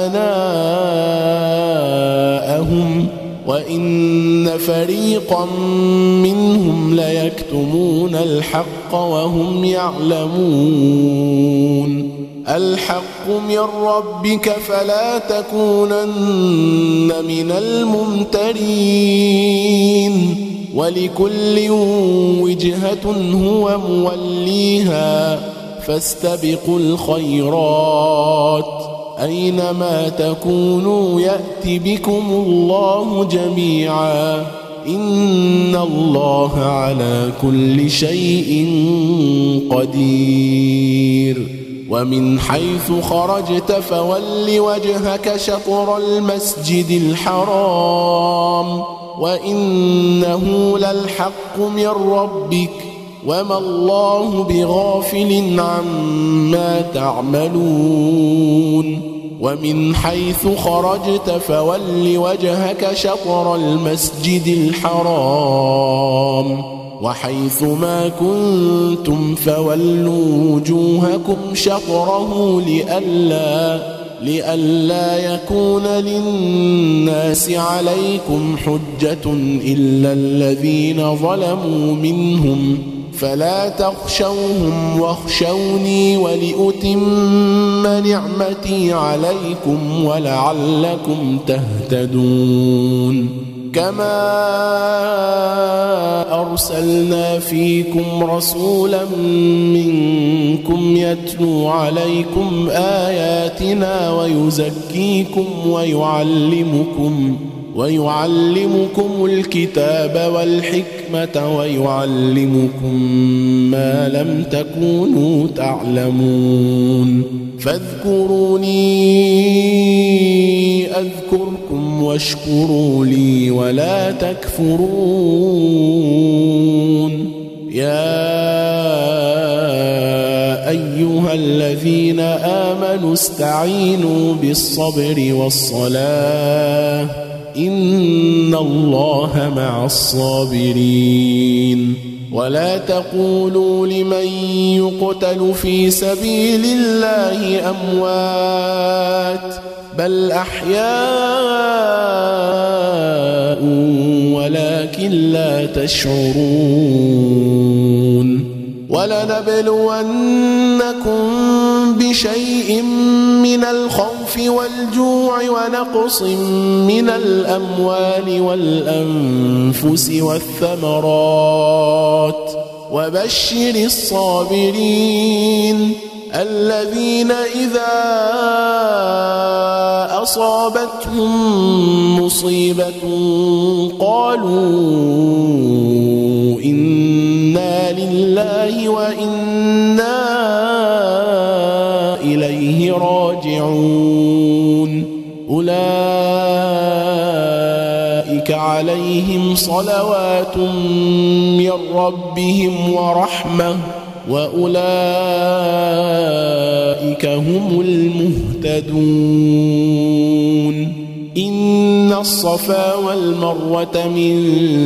أبناءهم وإن فريقا منهم ليكتمون الحق وهم يعلمون الحق من ربك فلا تكونن من الممترين ولكل وجهة هو موليها فاستبقوا الخيرات أينما تكونوا يأت بكم الله جميعا إن الله على كل شيء قدير ومن حيث خرجت فول وجهك شطر المسجد الحرام وإنه للحق من ربك وما الله بغافل عما تعملون ومن حيث خرجت فول وجهك شطر المسجد الحرام وحيث ما كنتم فولوا وجوهكم شطره لئلا لئلا يكون للناس عليكم حجة إلا الذين ظلموا منهم فلا تخشوهم واخشوني ولأتم نعمتي عليكم ولعلكم تهتدون كما أرسلنا فيكم رسولا منكم يتلو عليكم آياتنا ويزكيكم ويعلمكم ويعلمكم الكتاب والحكمة ويعلمكم ما لم تكونوا تعلمون فاذكروني أذكركم واشكروا لي ولا تكفرون يا أيها الذين آمنوا استعينوا بالصبر والصلاة إن الله مع الصابرين ولا تقولوا لمن يقتل في سبيل الله أموات بل أحياء ولكن لا تشعرون ولنبلونكم بشيء من الخوف والجوع ونقص من الأموال والأنفس والثمرات وبشر الصابرين الذين إذا أصابتهم مصيبة قالوا إنا لله وإنا إليه راجعون أولئك عليهم صلوات من ربهم ورحمة وأولئك هم المهتدون إن الصفا والمروة من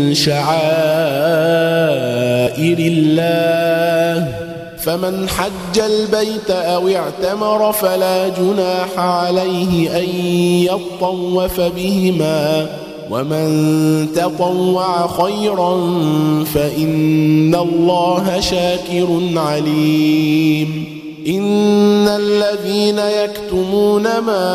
شعائر الله فمن حج البيت أو اعتمر فلا جناح عليه أن يطوف بهما ومن تطوع خيرا فإن الله شاكر عليم إن الذين يكتمون ما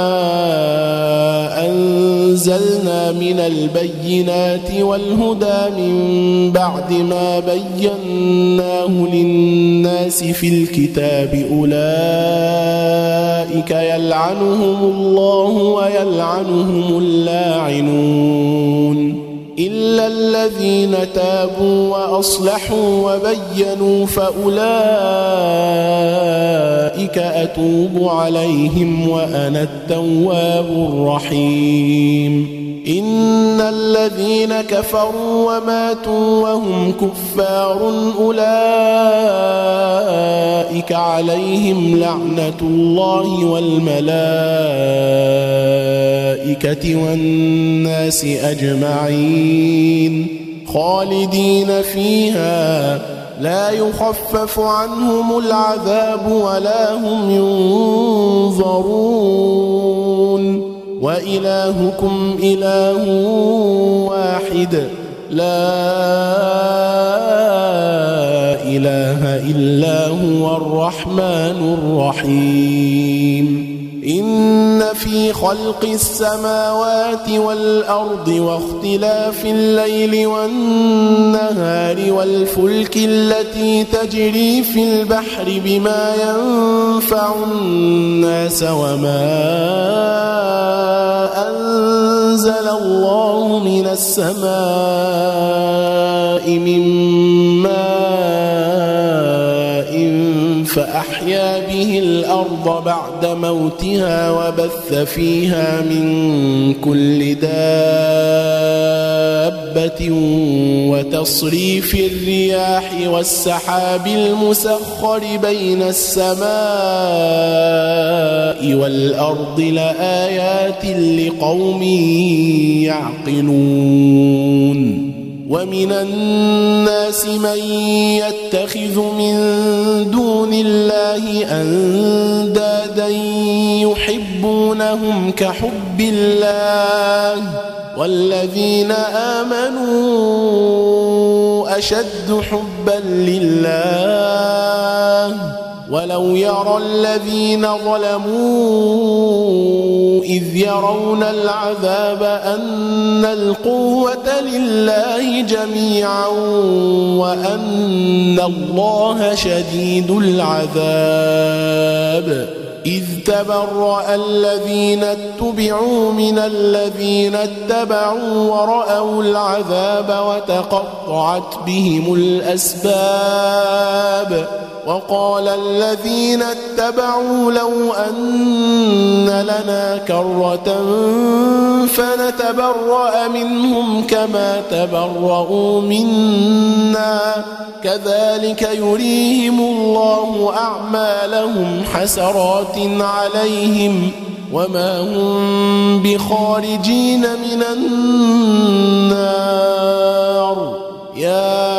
أنزلنا من البينات والهدى من بعد ما بيناه للناس في الكتاب أولئك يلعنهم الله ويلعنهم اللاعنون إلا الذين تابوا وأصلحوا وبينوا فأولئك أتوب عليهم وأنا التواب الرحيم إن الذين كفروا وماتوا وهم كفار أولئك عليهم لعنة الله والملائكة والناس أجمعين خالدين فيها لا يخفف عنهم العذاب ولا هم ينظرون وإلهكم إله واحد لا إله إلا هو الرحمن الرحيم إن في خلق السماوات والأرض واختلاف الليل والنهار والفلك التي تجري في البحر بما ينفع الناس وما أنزل الله من السماء من ماء فأحيا به الأرض بعد موتها وبث فيها من كل دابة وتصريف الرياح والسحاب المسخر بين السماء والأرض لآيات لقوم يعقلون ومن الناس من يتخذ من دون الله أندادا يحبونهم كحب الله والذين آمنوا أشد حبا لله ولو يرى الذين ظلموا إذ يرون العذاب أن القوة لله جميعا وأن الله شديد العذاب إذ تبرأ الذين اتبعوا من الذين اتبعوا ورأوا العذاب وتقطعت بهم الأسباب وقال الذين اتبعوا لو أن لنا كرة فنتبرأ منهم كما تبرؤوا منا كذلك يريهم الله أعمالهم حسرات عليهم وما هم بخارجين من النار يا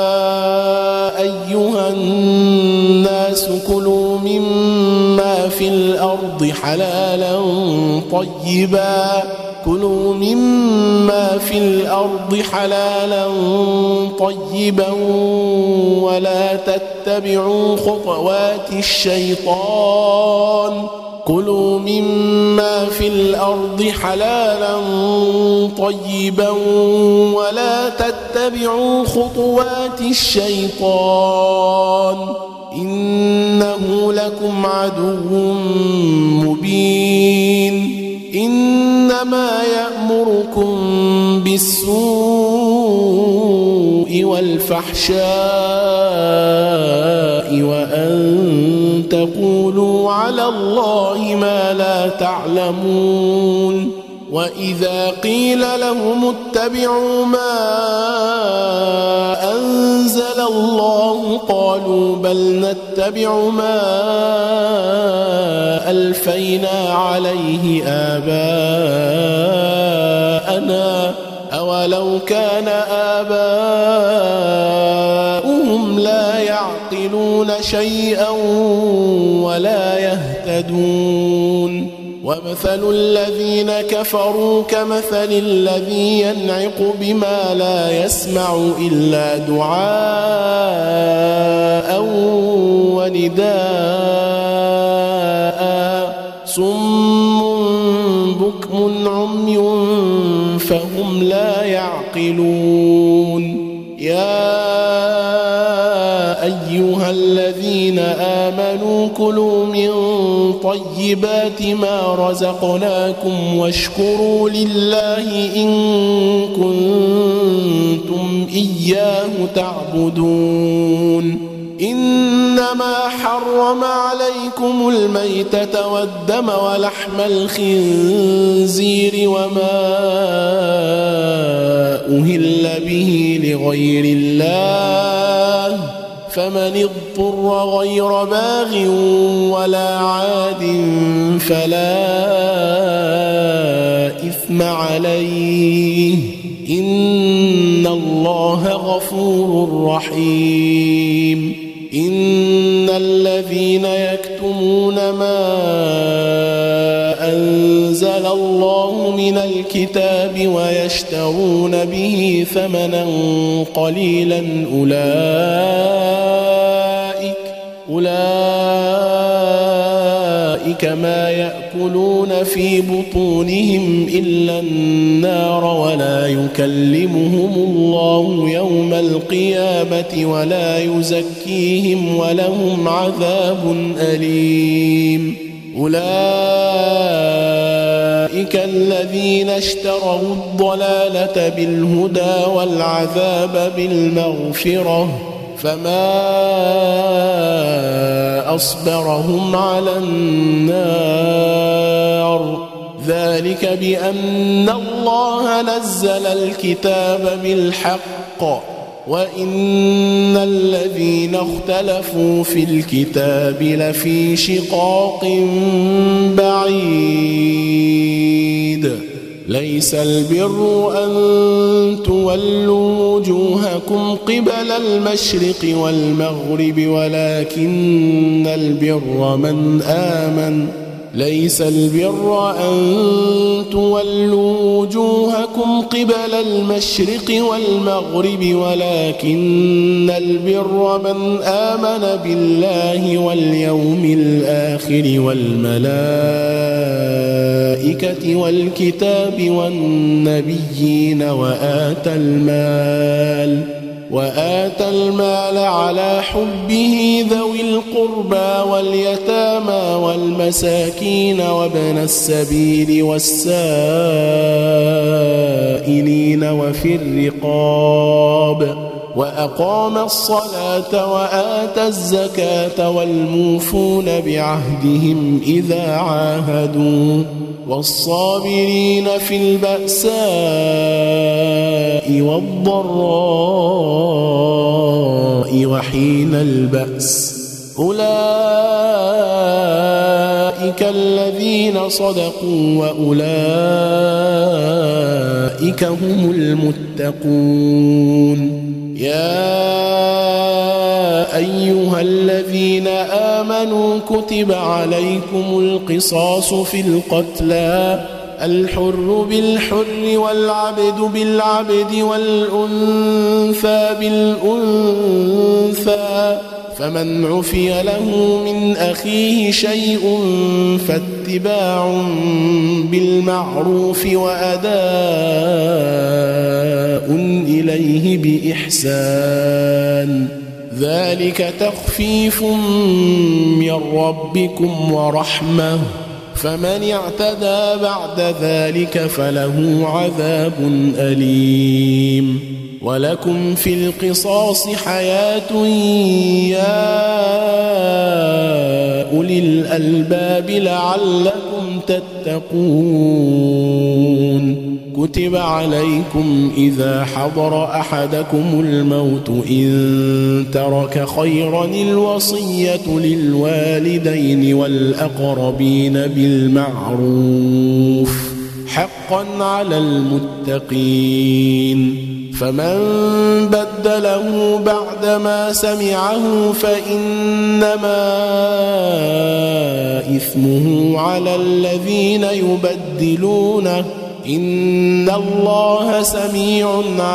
أيها الناس كلوا مما في الأرض حلالا طيبا كلوا مما في الأرض حلالا طيبا ولا تتبعوا خطوات الشيطان كلوا مما في الأرض حلالا طيبا ولا تتبعوا خطوات الشيطان إنه لكم عدو مبين إنما يأمركم بالسوء والفحشاء وأن تقولوا على الله ما لا تعلمون وإذا قيل لهم اتبعوا ما أنزل الله قالوا بل نتبع ما ألفينا عليه آباءنا أولو كان آباؤهم لا يعقلون شيئا ولا يهتدون ومثل الذين كفروا كمثل الذي ينعق بما لا يسمع إلا دعاء ونداء صم بكم عمي فهم لا يعقلون يا أيها الذين آمنوا كلوا من طيبات ما رزقناكم واشكروا لله إن كنتم إياه تعبدون إنما حرم عليكم الميتة والدم ولحم الخنزير وما أهل به لغير الله فمن اضطر غير باغ ولا عاد فلا إثم عليه إن الله غفور رحيم إن الذين يكتمون ما أنزل الله من الكتاب ويشترون به ثمنا قليلا أولئك أولئك ما يأكلون في بطونهم إلا النار ولا يكلمهم الله يوم القيامة ولا يزكيهم ولهم عذاب أليم أولئك الذين اشتروا الضلالة بالهدى والعذاب بالمغفرة فما أصبرهم على النار ذلك بأن الله نزل الكتاب بالحق وإن الذين اختلفوا في الكتاب لفي شقاق بعيد ليس البر أن تولوا وجوهكم قبل المشرق والمغرب ولكن البر من آمن ليس البر أن تولوا وجوهكم قبل المشرق والمغرب ولكن البر من آمن بالله واليوم الآخر والملائكة والكتاب والنبيين وآتى المال وآتى المال على حبه ذوي القربى واليتامى والمساكين وابن السبيل والسائلين وفي الرقاب وأقام الصلاة وآتى الزكاة والموفون بعهدهم إذا عاهدوا والصابرين في البأساء والضراء وحين البأس أولئك الذين صدقوا وأولئك هم المتقون يا أيها الذين آمنوا كتب عليكم القصاص في القتلى الحر بالحر والعبد بالعبد والأنثى بالأنثى فمن عفي له من أخيه شيء فاتباع بالمعروف وأداء إليه بإحسان ذلك تخفيف من ربكم ورحمة فمن اعتدى بعد ذلك فله عذاب أليم ولكم في القصاص حياة يا أولي الألباب لعلكم تتقون كتب عليكم إذا حضر أحدكم الموت إن ترك خيرا الوصية للوالدين والأقربين بالمعروف حقا على المتقين فمن بدله بعدما سمعه فإنما إثمه على الذين يبدلونه إن الله سميع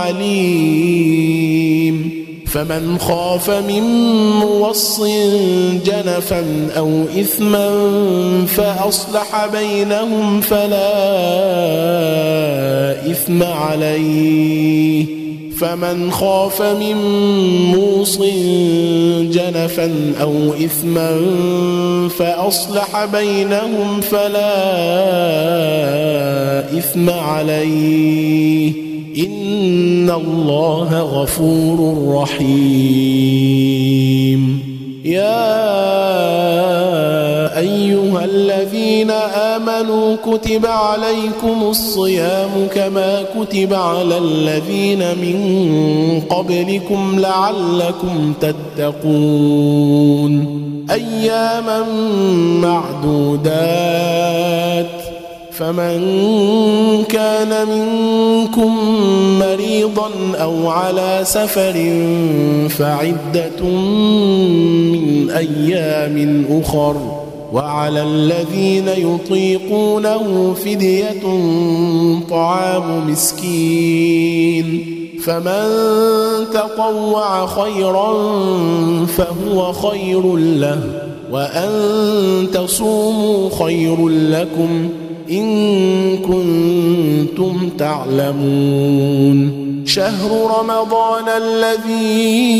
عليم فمن خاف من موص جنفا أو إثما فأصلح بينهم فلا إثم عليه فمن خاف من موص جنفا أو إثما فأصلح بينهم فلا إثم عليه إن الله غفور رحيم يا أيها الذين آمنوا كتب عليكم الصيام كما كتب على الذين من قبلكم لعلكم تتقون أياما معدودات فمن كان منكم مريضا أو على سفر فعدة من أيام أخر وعلى الذين يطيقونه فدية طعام مسكين فمن تطوع خيرا فهو خير له وأن تصوموا خير لكم إن كنتم تعلمون شهر رمضان الذي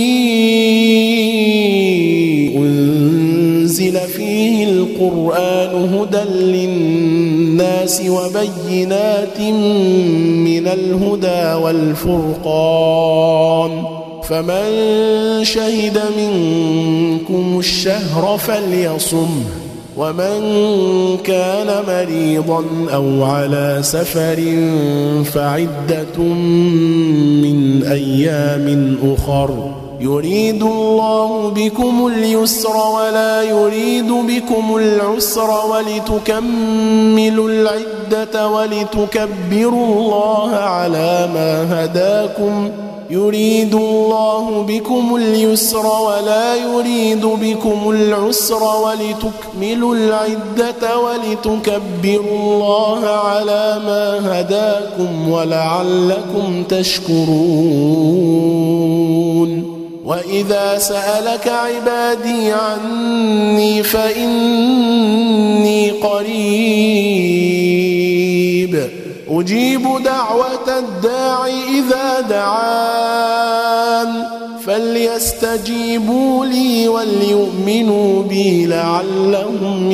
أنزل فيه القرآن هدى للناس وبينات من الهدى والفرقان فمن شهد منكم الشهر فليصمه ومن كان مريضا أو على سفر فعدة من أيام أخر يريد الله بكم اليسر ولا يريد بكم العسر ولتكملوا العدة ولتكبروا الله على ما هداكم يريد الله بكم اليسر ولا يريد بكم العسر ولتكملوا العدة ولتكبروا الله على ما هداكم ولعلكم تشكرون وإذا سألك عبادي عني فإني قريب أجيب دعوة الداع إذا دعان فليستجيبوا لي وليؤمنوا بي لعلهم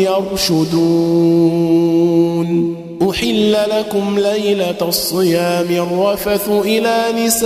يرشدون أحل لكم ليلة الصيام الرفث إلى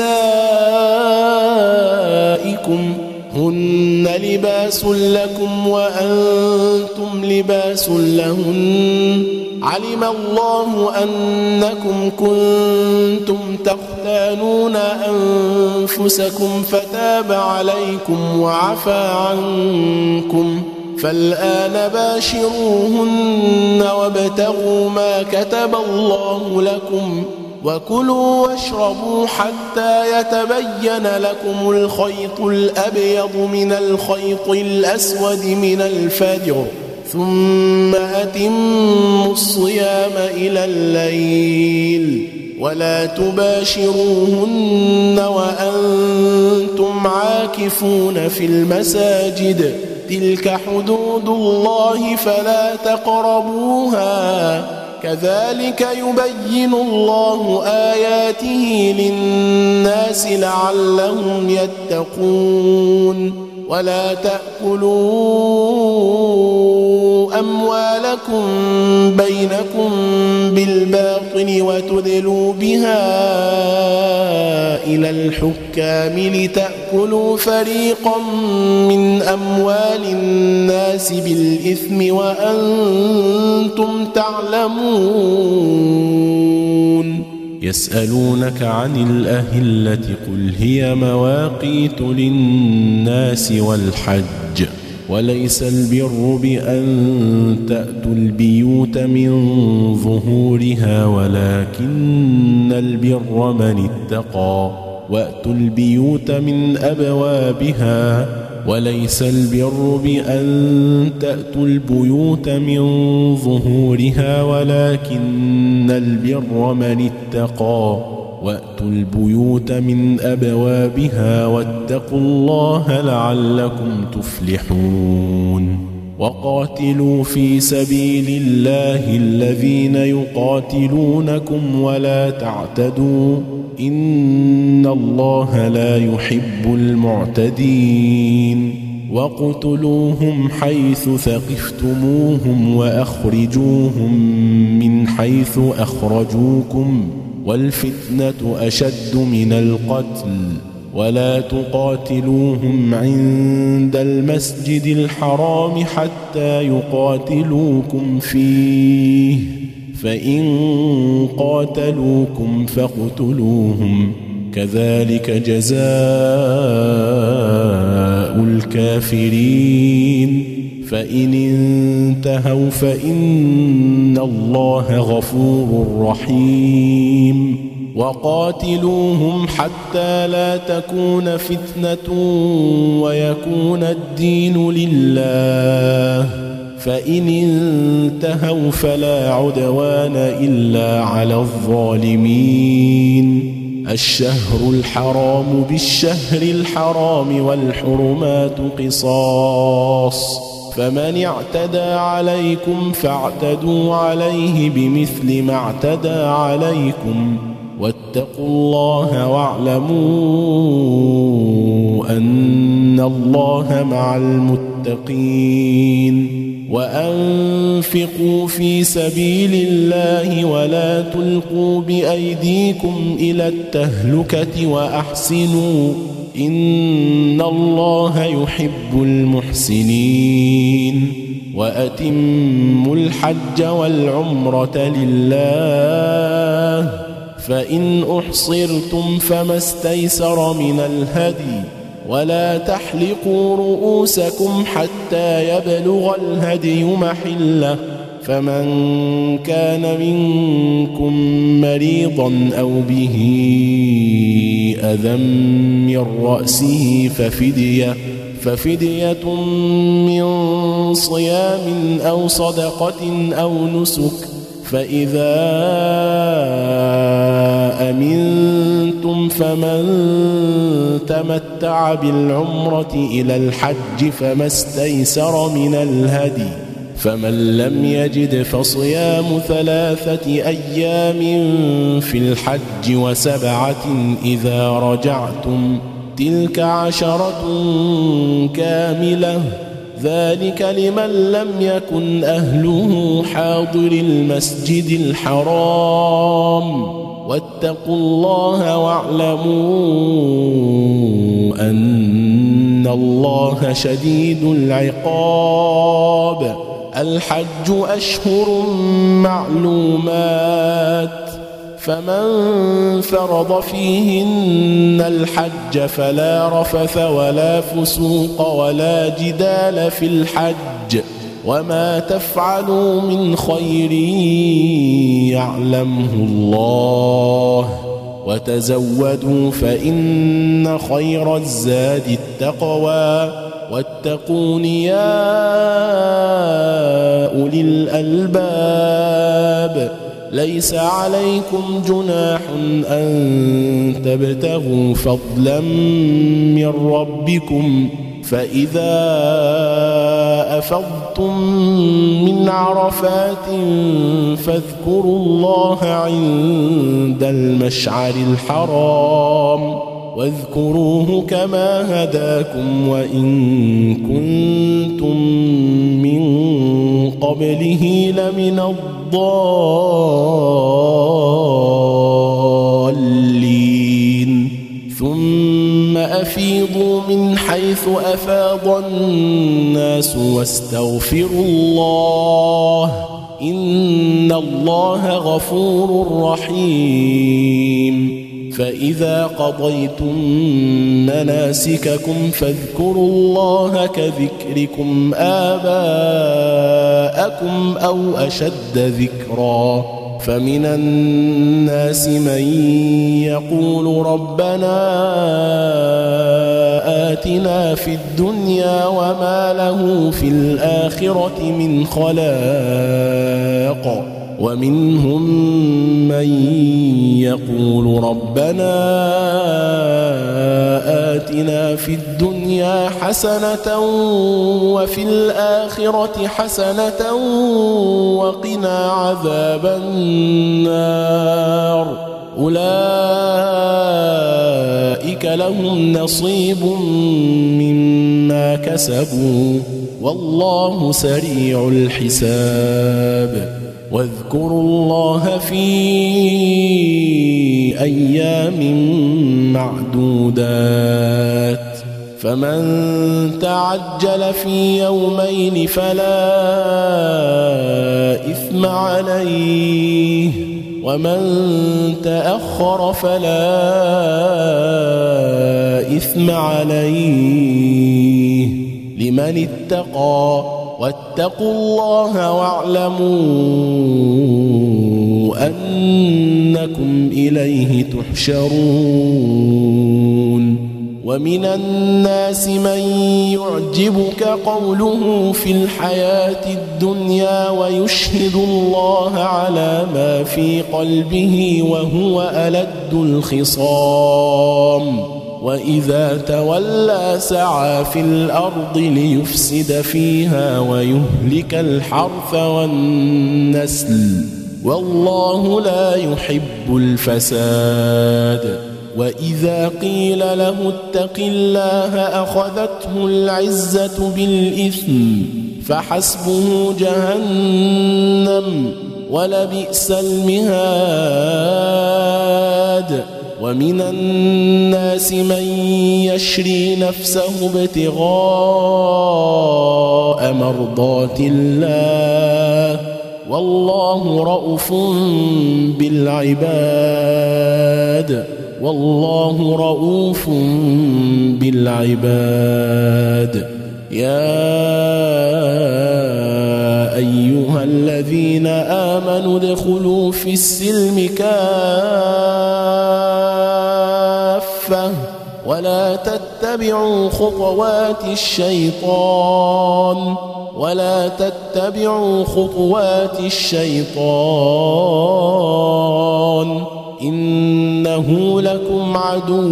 نسائكم هن لباس لكم وأنتم لباس لهن علم الله أنكم كنتم تختانون أنفسكم فتاب عليكم وعفى عنكم فالآن باشروهن وابتغوا ما كتب الله لكم وكلوا واشربوا حتى يتبين لكم الخيط الأبيض من الخيط الأسود من الفجر ثم أتموا الصيام إلى الليل ولا تباشروهن وأنتم عاكفون في المساجد تلك حدود الله فلا تقربوها كذلك يبين الله آياته للناس لعلهم يتقون ولا تأكلوا أموالكم بينكم بالباطل وتدلوا بها إلى الحكام لتأكلوا فريقا من أموال الناس بالإثم وأنتم تعلمون يسألونك عن الأهلة قل هي مواقيت للناس والحج وليس البر بأن تأتوا البيوت من ظهورها ولكن البر من اتقى وأتوا البيوت من أبوابها وليس البر بأن تأتوا البيوت من ظهورها ولكن البر من اتقى وأتوا البيوت من أبوابها واتقوا الله لعلكم تفلحون وقاتلوا في سبيل الله الذين يقاتلونكم ولا تعتدوا إن الله لا يحب المعتدين وقتلوهم حيث ثقفتموهم وأخرجوهم من حيث أخرجوكم والفتنة أشد من القتل ولا تقاتلوهم عند المسجد الحرام حتى يقاتلوكم فيه فإن قاتلوكم فاقتلوهم كذلك جزاء الكافرين فإن انتهوا فإن الله غفور رحيم وقاتلوهم حتى لا تكون فتنة ويكون الدين لله فإن انتهوا فلا عدوان إلا على الظالمين الشهر الحرام بالشهر الحرام والحرمات قصاص فمن اعتدى عليكم فاعتدوا عليه بمثل ما اعتدى عليكم واتقوا الله واعلموا أن الله مع المتقين وأنفقوا في سبيل الله ولا تلقوا بأيديكم إلى التهلكة وأحسنوا إن الله يحب المحسنين وأتموا الحج والعمرة لله فإن أحصرتم فما استيسر من الهدي ولا تحلقوا رؤوسكم حتى يبلغ الهدي محله فمن كان منكم مريضا أو به أذى من رأسه ففدية ففدية من صيام أو صدقة أو نسك فإذا أمنتم فمن تمتع بالعمرة إلى الحج فما استيسر من الهدي فمن لم يجد فصيام ثلاثة أيام في الحج وسبعة إذا رجعتم تلك عشرة كاملة ذلك لمن لم يكن أهله حاضر المسجد الحرام واتقوا الله واعلموا أن الله شديد العقاب الحج أشهر معلومات فمن فرض فيهن الحج فلا رفث ولا فسوق ولا جدال في الحج وما تفعلوا من خير يعلمه الله وتزودوا فإن خير الزاد التقوى واتقون يا أولي الألباب ليس عليكم جناح أن تبتغوا فضلا من ربكم فإذا أفضتم من عرفات فاذكروا الله عند المشعر الحرام واذكروه كما هداكم وإن كنتم من قبله لمن الضالين ثم أفيضوا من حيث أفاض الناس واستغفروا الله إن الله غفور رحيم فإذا قضيتم مناسككم فاذكروا الله كذكركم آباءكم أو أشد ذكرا فمن الناس من يقول ربنا آتنا في الدنيا وما له في الآخرة من خلاق ومنهم من يقول ربنا آتنا في الدنيا حسنة وفي الآخرة حسنة وقنا عذاب النار أولئك لهم نصيب مما كسبوا والله سريع الحساب واذكروا الله في أيام معدودات فمن تعجل في يومين فلا إثم عليه ومن تأخر فلا إثم عليه لمن اتقى واتقوا الله واعلموا أنكم إليه تحشرون ومن الناس من يعجبك قوله في الحياة الدنيا ويشهد الله على ما في قلبه وهو ألد الخصام وإذا تولى سعى في الأرض ليفسد فيها ويهلك الحرث والنسل والله لا يحب الفساد وإذا قيل له اتق الله أخذته العزة بالإثم فحسبه جهنم ولبئس المهاد ومن الناس من يشري نفسه ابتغاء مرضات الله والله رؤوف بالعباد والله رؤوف بالعباد. يا أيها الذين آمنوا ادخلوا في السلم كافة ولا تتبعوا خطوات الشيطان ولا تتبعوا خطوات الشيطان إنه لكم عدو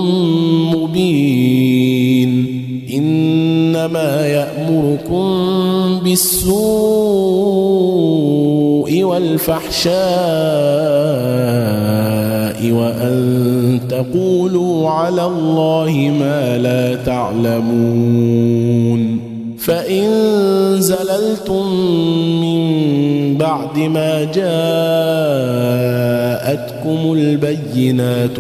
مبين. إنما يأمركم بالسوء والفحشاء وأن تقولوا على الله ما لا تعلمون. فإن زللتم من بعد ما جاءتكم البينات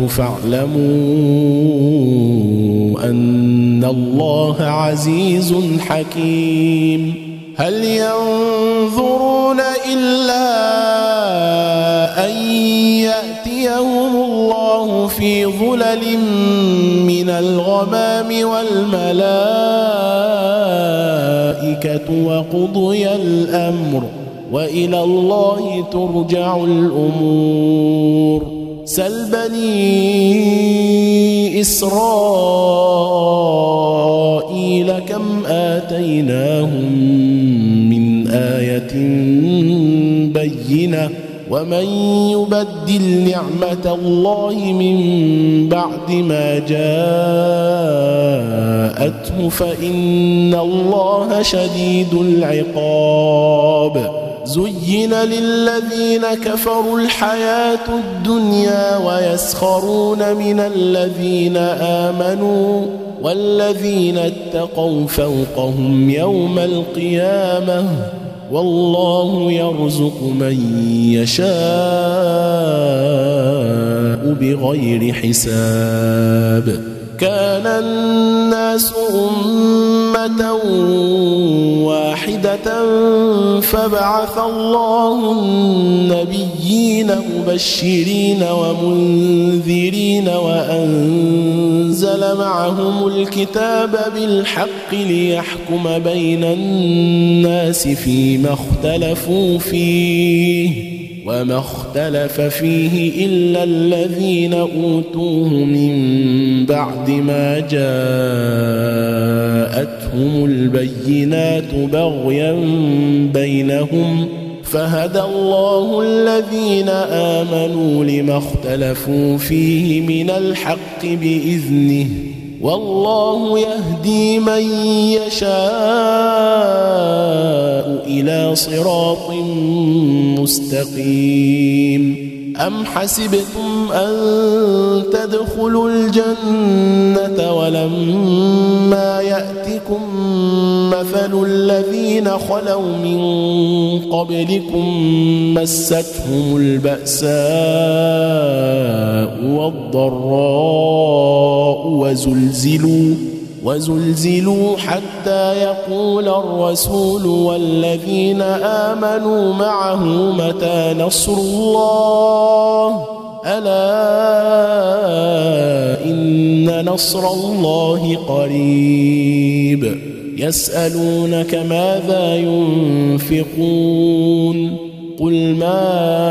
فاعلموا أن الله عزيز حكيم. هل ينظرون إلا أن يأتيهم الله في ظلل من الغمام والملائكة وقضي الأمر وإلى الله ترجع الأمور. سل بني إسرائيل كم آتيناهم من آية بينة ومن يبدل نعمة الله من بعد ما جاءته فإن الله شديد العقاب. زين للذين كفروا الحياة الدنيا ويسخرون من الذين آمنوا والذين اتقوا فوقهم يوم القيامة والله يرزق من يشاء بغير حساب. كان الناس أمة واحدة فبعث الله النبيين مبشرين ومنذرين وأنزل معهم الكتاب بالحق ليحكم بين الناس فيما اختلفوا فيه وما اختلف فيه إلا الذين أوتوه من بعد ما جاءتهم البينات بغيا بينهم فهدى الله الذين آمنوا لما اختلفوا فيه من الحق بإذنه والله يهدي من يشاء إلى صراط مستقيم. أم حسبتم أن تدخلوا الجنة ولما يأتكم مثل الذين خلوا من قبلكم مستهم البأساء والضراء وزلزلوا وزلزلوا حتى يقول الرسول والذين آمنوا معه متى نصر الله ألا إن نصر الله قريب. يسألونك ماذا ينفقون قل ما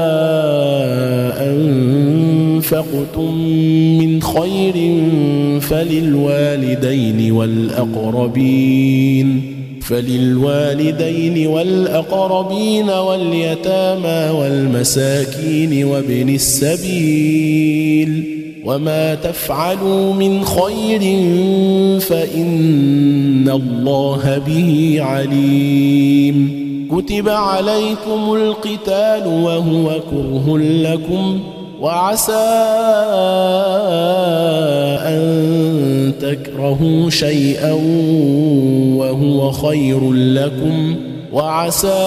أنفقتم من خير فللوالدين والأقربين فللوالدين والأقربين واليتامى والمساكين وابن السبيل وما تفعلوا من خير فإن الله به عليم. كتب عليكم القتال وهو كره لكم وعسى أن تكرهوا شيئا وهو خير لكم وعسى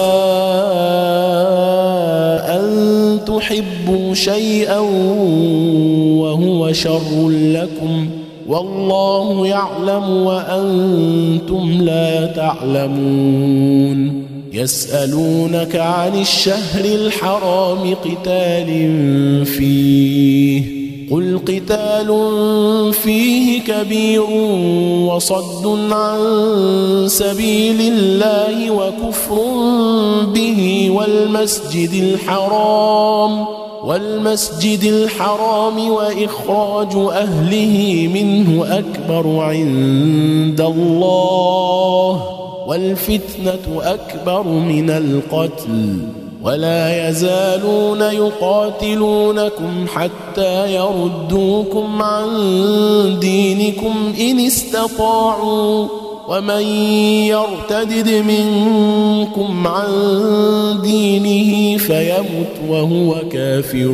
أن تحبوا شيئا وهو شر لكم والله يعلم وأنتم لا تعلمون. يسألونك عن الشهر الحرام قتال فيه قل قتال فيه كبير وصد عن سبيل الله وكفر به والمسجد الحرام والمسجد الحرام وإخراج أهله منه أكبر عند الله والفتنة أكبر من القتل ولا يزالون يقاتلونكم حتى يردوكم عن دينكم إن استطاعوا ومن يرتدد منكم عن دينه فيمت وهو كافر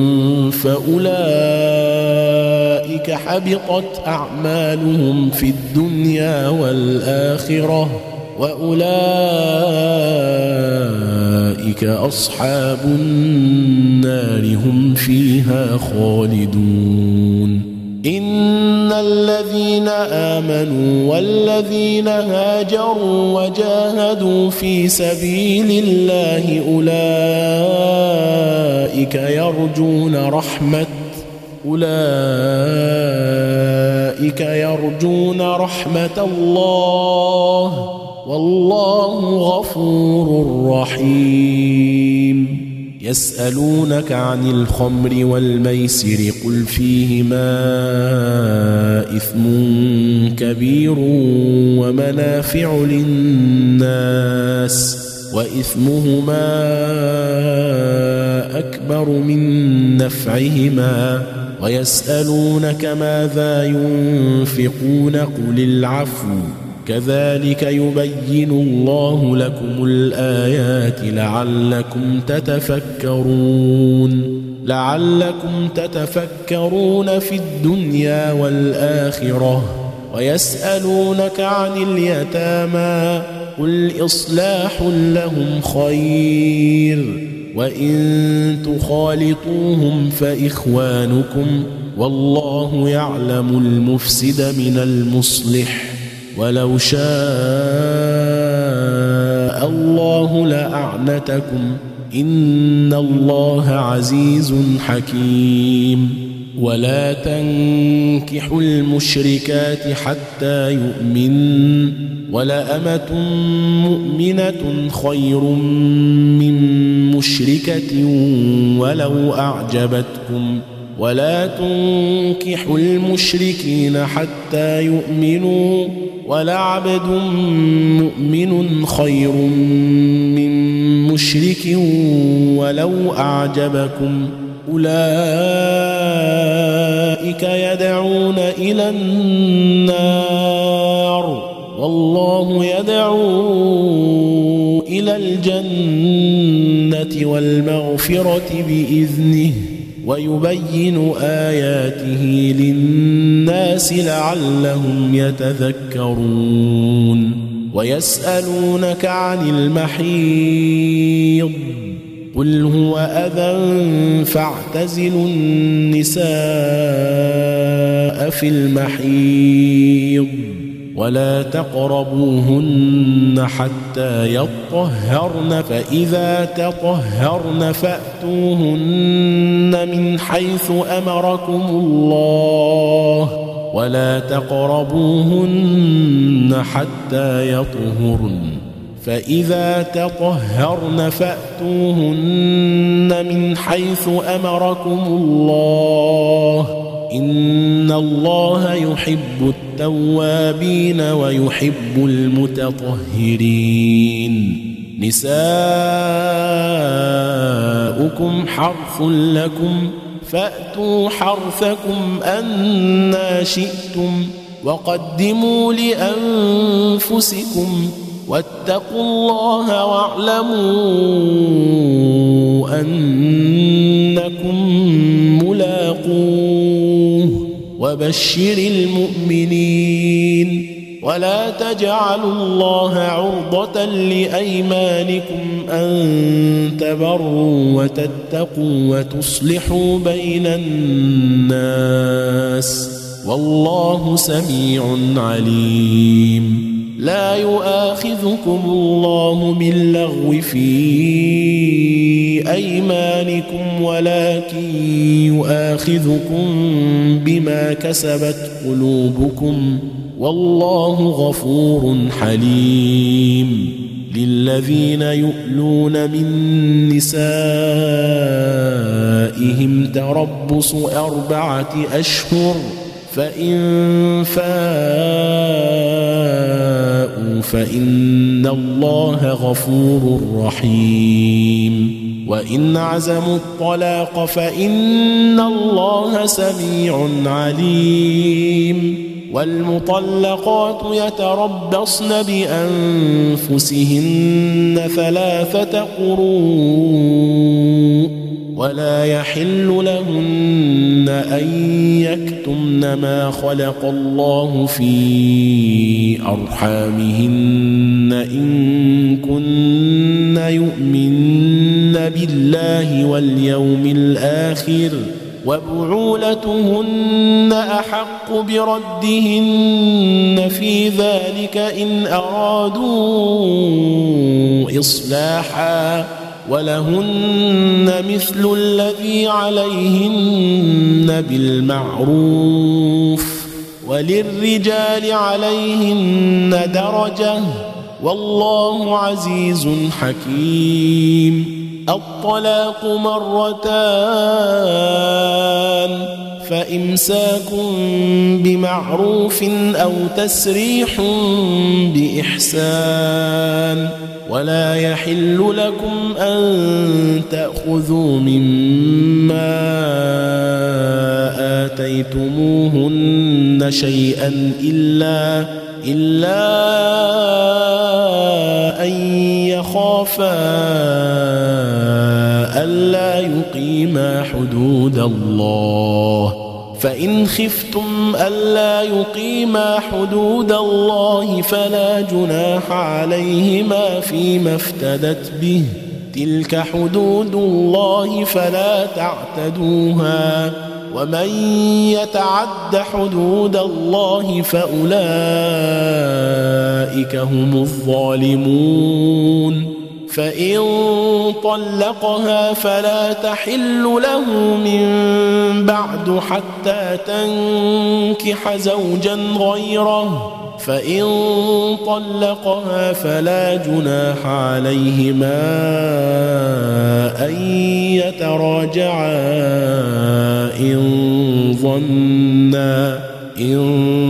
فأولئك حبطت أعمالهم في الدنيا والآخرة وأولئك أصحاب النار هم فيها خالدون إن الذين آمنوا والذين هاجروا وجاهدوا في سبيل الله أولئك يرجون رحمة أولئك يرجون رحمة الله والله غفور رحيم يسألونك عن الخمر والميسر قل فيهما إثم كبير ومنافع للناس وإثمهما أكبر من نفعهما ويسألونك ماذا ينفقون قل العفو كذلك يبين الله لكم الآيات لعلكم تتفكرون لعلكم تتفكرون في الدنيا والآخرة ويسألونك عن اليتامى قل إصلاح لهم خير وإن تخالطوهم فإخوانكم والله يعلم المفسد من المصلح ولو شاء الله لأعنتكم إن الله عزيز حكيم ولا تنكحوا المشركات حتى يؤمن ولأمة مؤمنة خير من مشركة ولو أعجبتكم ولا تنكحوا المشركين حتى يؤمنوا ولعبد مؤمن خير من مشرك ولو أعجبكم أولئك يدعون إلى النار والله يدعو إلى الجنة والمغفرة بإذنه ويبين آياته للناس لعلهم يتذكرون ويسألونك عن المحيض قل هو أذى فاعتزلوا النساء في المحيض ولا تقربوهن حتى يطهرن فإذا تطهرن فأتوهن من حيث أمركم الله ولا تقربوهن حتى يطهرن فإذا تطهرن فأتوهن من حيث أمركم الله إن الله يحب التوابين ويحب المتطهرين نساؤكم حرث لكم فأتوا حرثكم أنى شئتم وقدموا لأنفسكم واتقوا الله واعلموا أنكم ملاقوه وبشر المؤمنين ولا تجعلوا الله عرضة لأيمانكم أن تبروا وتتقوا وتصلحوا بين الناس والله سميع عليم لا يؤاخذكم الله باللغو في أيمانكم ولكن يؤاخذكم بما كسبت قلوبكم والله غفور حليم. للذين يؤلون من نسائهم تربص أربعة أشهر فإن فاءوا فإن الله غفور رحيم. وإن عزموا الطلاق فإن الله سميع عليم. والمطلقات يتربصن بأنفسهن ثلاثة قروء ولا يحل لهن أن يكتمن ما خلق الله في أرحامهن إن كن يؤمن بالله واليوم الآخر وبعولتهن أحق بردهن في ذلك إن أرادوا إصلاحا ولهن مثل الذي عليهن بالمعروف وللرجال عليهن درجة والله عزيز حكيم. الطلاق مرتان فإمساك بمعروف أو تسريح بإحسان ولا يحل لكم أن تأخذوا مما آتيتموهن شيئا إلا إلا أن يخافا ألا يقيما حدود الله فإن خفتم ألا يقيما حدود الله فلا جناح عليهما فيما افتدت به تلك حدود الله فلا تعتدوها ومن يتعد حدود الله فأولئك هم الظالمون. فإن طلقها فلا تحل له من بعد حتى تنكح زوجا غيره فإن طلقها فلا جناح عليهما أن يتراجعا إن ظنا إن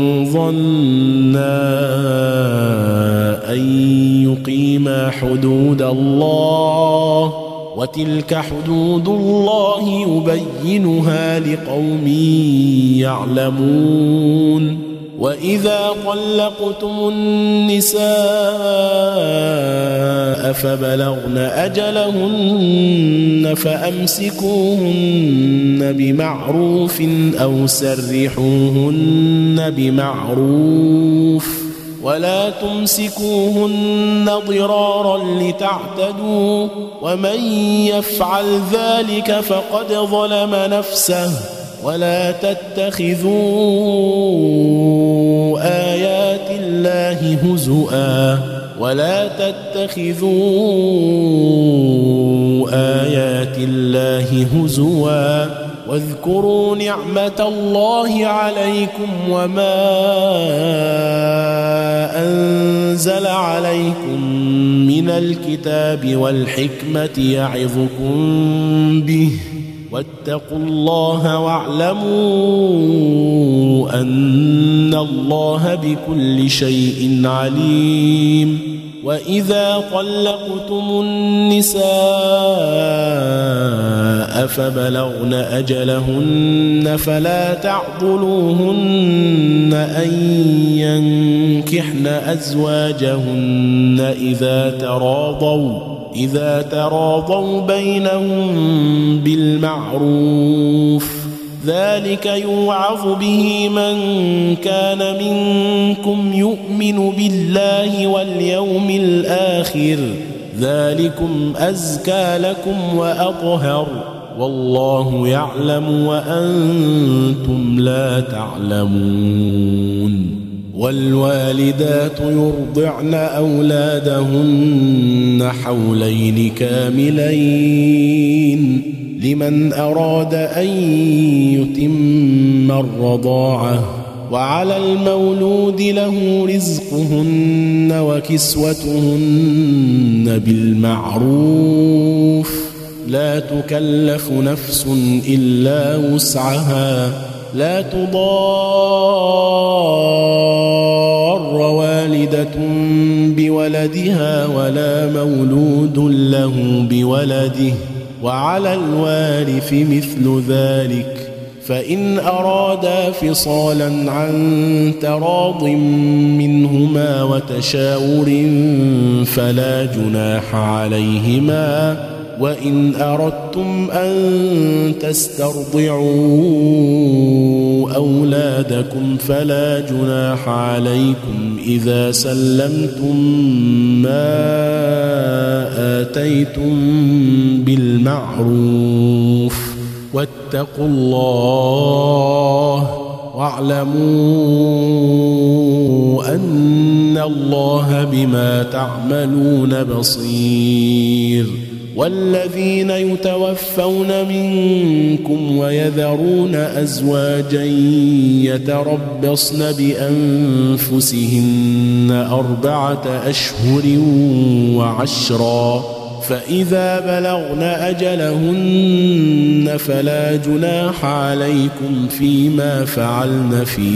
ظنا أن يقيما حدود الله وتلك حدود الله يبينها لقوم يعلمون. وإذا طلقتم النساء فبلغن أجلهن فأمسكوهن بمعروف أو سرحوهن بمعروف ولا تمسكوهن ضرارا لتعتدوا ومن يفعل ذلك فقد ظلم نفسه ولا تتخذوا آيات الله هزؤا ولا تتخذوا آيات الله هزوا واذكروا نعمة الله عليكم وما أنزل عليكم من الكتاب والحكمة يعظكم به واتقوا الله واعلموا أن الله بكل شيء عليم. وإذا طلقتم النساء فبلغن أجلهن فلا تعضلوهن أن ينكحن أزواجهن إذا تراضوا إذا تراضوا بينهم بالمعروف ذلك يوعظ به من كان منكم يؤمن بالله واليوم الآخر ذلكم أزكى لكم وأطهر والله يعلم وأنتم لا تعلمون. والوالدات يرضعن أولادهن حولين كاملين لمن أراد أن يتم الرضاعة وعلى المولود له رزقهن وكسوتهن بالمعروف لا تكلف نفس إلا وسعها لا تضار والدة بولدها ولا مولود له بولده وعلى الوارث مثل ذلك فإن أرادا فصالا عن تراض منهما وتشاور فلا جناح عليهما وإن أردتم أن تسترضعوا أولادكم فلا جناح عليكم إذا سلمتم ما آتيتم بالمعروف واتقوا الله واعلموا أن الله بما تعملون بصير والذين يتوفون منكم ويذرون أزواجا يتربصن بأنفسهن أربعة أشهر وعشرا فإذا بلغن أجلهن فلا جناح عليكم فيما فعلن في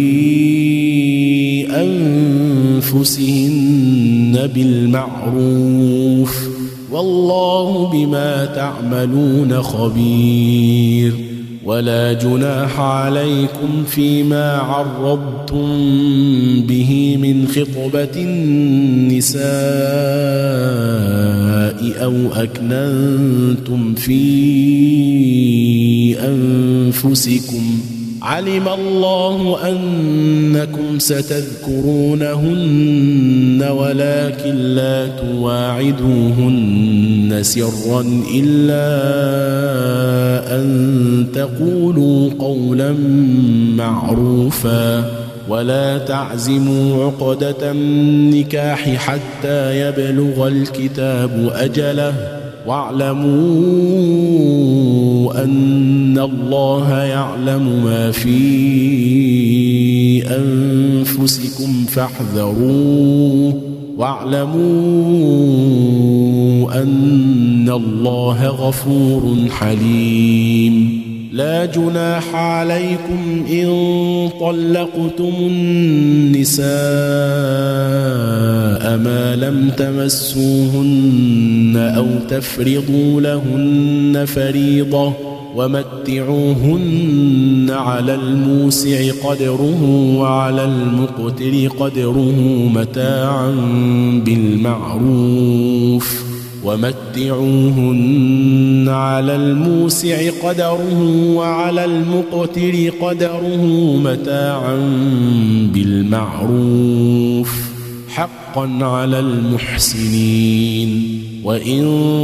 أنفسهن بالمعروف والله بما تعملون خبير ولا جناح عليكم فيما عرضتم به من خطبة النساء أو أكننتم في أنفسكم علم الله أنكم ستذكرونهن ولكن لا تواعدوهن سرا إلا أن تقولوا قولا معروفا ولا تعزموا عقدة النكاح حتى يبلغ الكتاب أجله واعلموا أن الله يعلم ما في أنفسكم فاحذروه واعلموا أن الله غفور حليم لا جناح عليكم إن طلقتم النساء ما لم تمسوهن أو تفرضوا لهن فريضة ومتعوهن على الموسع قدره وعلى المقتر قدره متاعا بالمعروف ومتعوهن على الموسع قدره وعلى المقتر قدره متاعا بالمعروف حقا على المحسنين وإن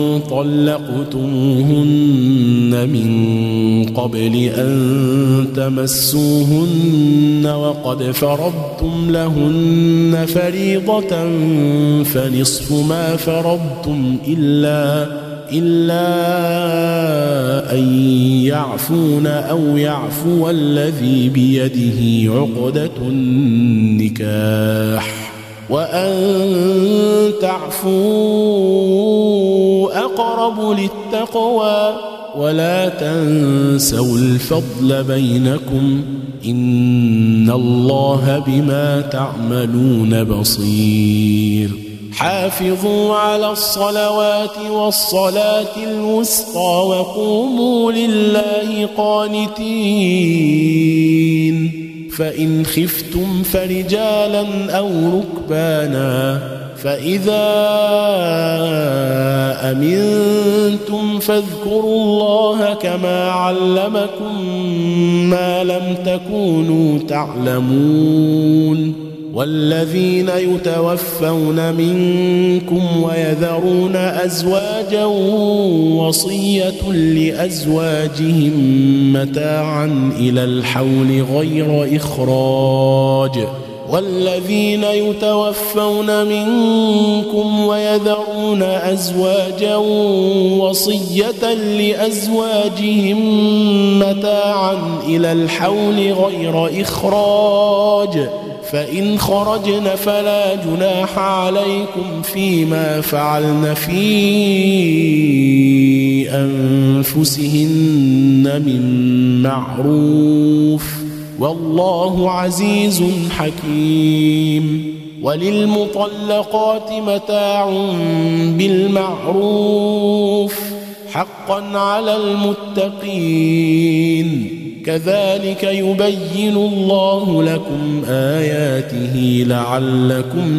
طلقتموهن من قبل أن تمسوهن وقد فرضتم لهن فريضة فنصف ما فرضتم إلا إلا أن يعفون أو يعفو الذي بيده عقدة النكاح وأن تعفوا أقرب للتقوى ولا تنسوا الفضل بينكم إن الله بما تعملون بصير حافظوا على الصلوات والصلاة الوسطى وقوموا لله قانتين فإن خفتم فرجالا أو ركبانا فإذا أمنتم فاذكروا الله كما علمكم ما لم تكونوا تعلمون والذين يتوفون منكم ويذرون أزواجا وصية لأزواجهم متاعا إلى الحول غير إخراج والذين يتوفون منكم ويذرون أزواجا وصية لأزواجهم متاعا إلى الحول غير إخراج، فإن خرجن فلا جناح عليكم فيما فعلن في أنفسهن من معروف، والله عزيز حكيم. وللمطلقات متاع بالمعروف حقا على المتقين، كذلك يبين الله لكم آياته لعلكم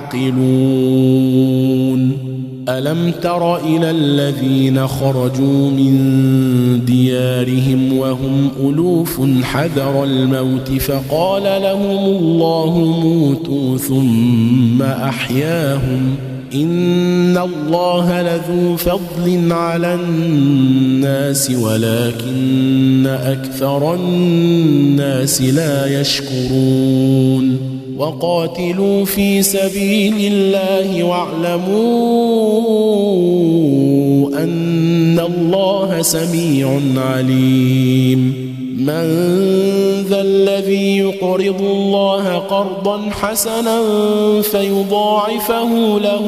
تعقلون. ألم تر إلى الذين خرجوا من ديارهم وهم ألوف حذر الموت فقال لهم الله موتوا ثم أحياهم، إن الله لذو فضل على الناس ولكن أكثر الناس لا يشكرون. وقاتلوا في سبيل الله واعلموا أن الله سميع عليم. من ذا الذي يقرض الله قرضا حسنا فيضاعفه له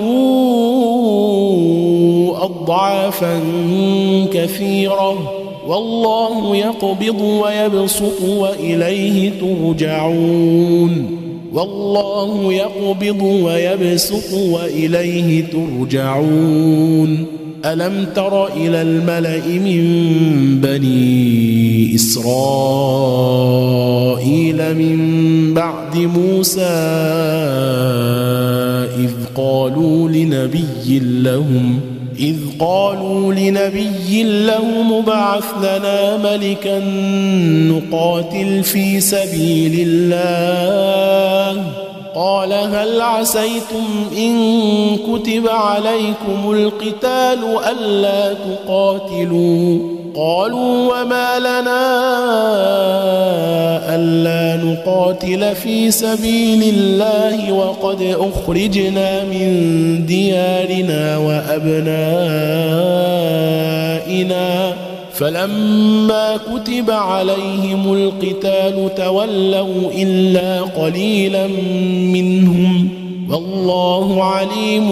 أضعافا كثيرة، والله يقبض ويبسط وإليه ترجعون. والله يقبض ويبسط وإليه ترجعون. ألم تر إلى الملأ من بني إسرائيل من بعد موسى إذ قالوا لنبي لهم إذ قالوا لنبي لهم ابعث لنا ملكا نقاتل في سبيل الله، قال هل عسيتم إن كتب عليكم القتال ألا تقاتلوا؟ قالوا وما لنا ألا نقاتل في سبيل الله وقد أخرجنا من ديارنا وأبنائنا، فلما كتب عليهم القتال تولوا إلا قليلا منهم، والله عليم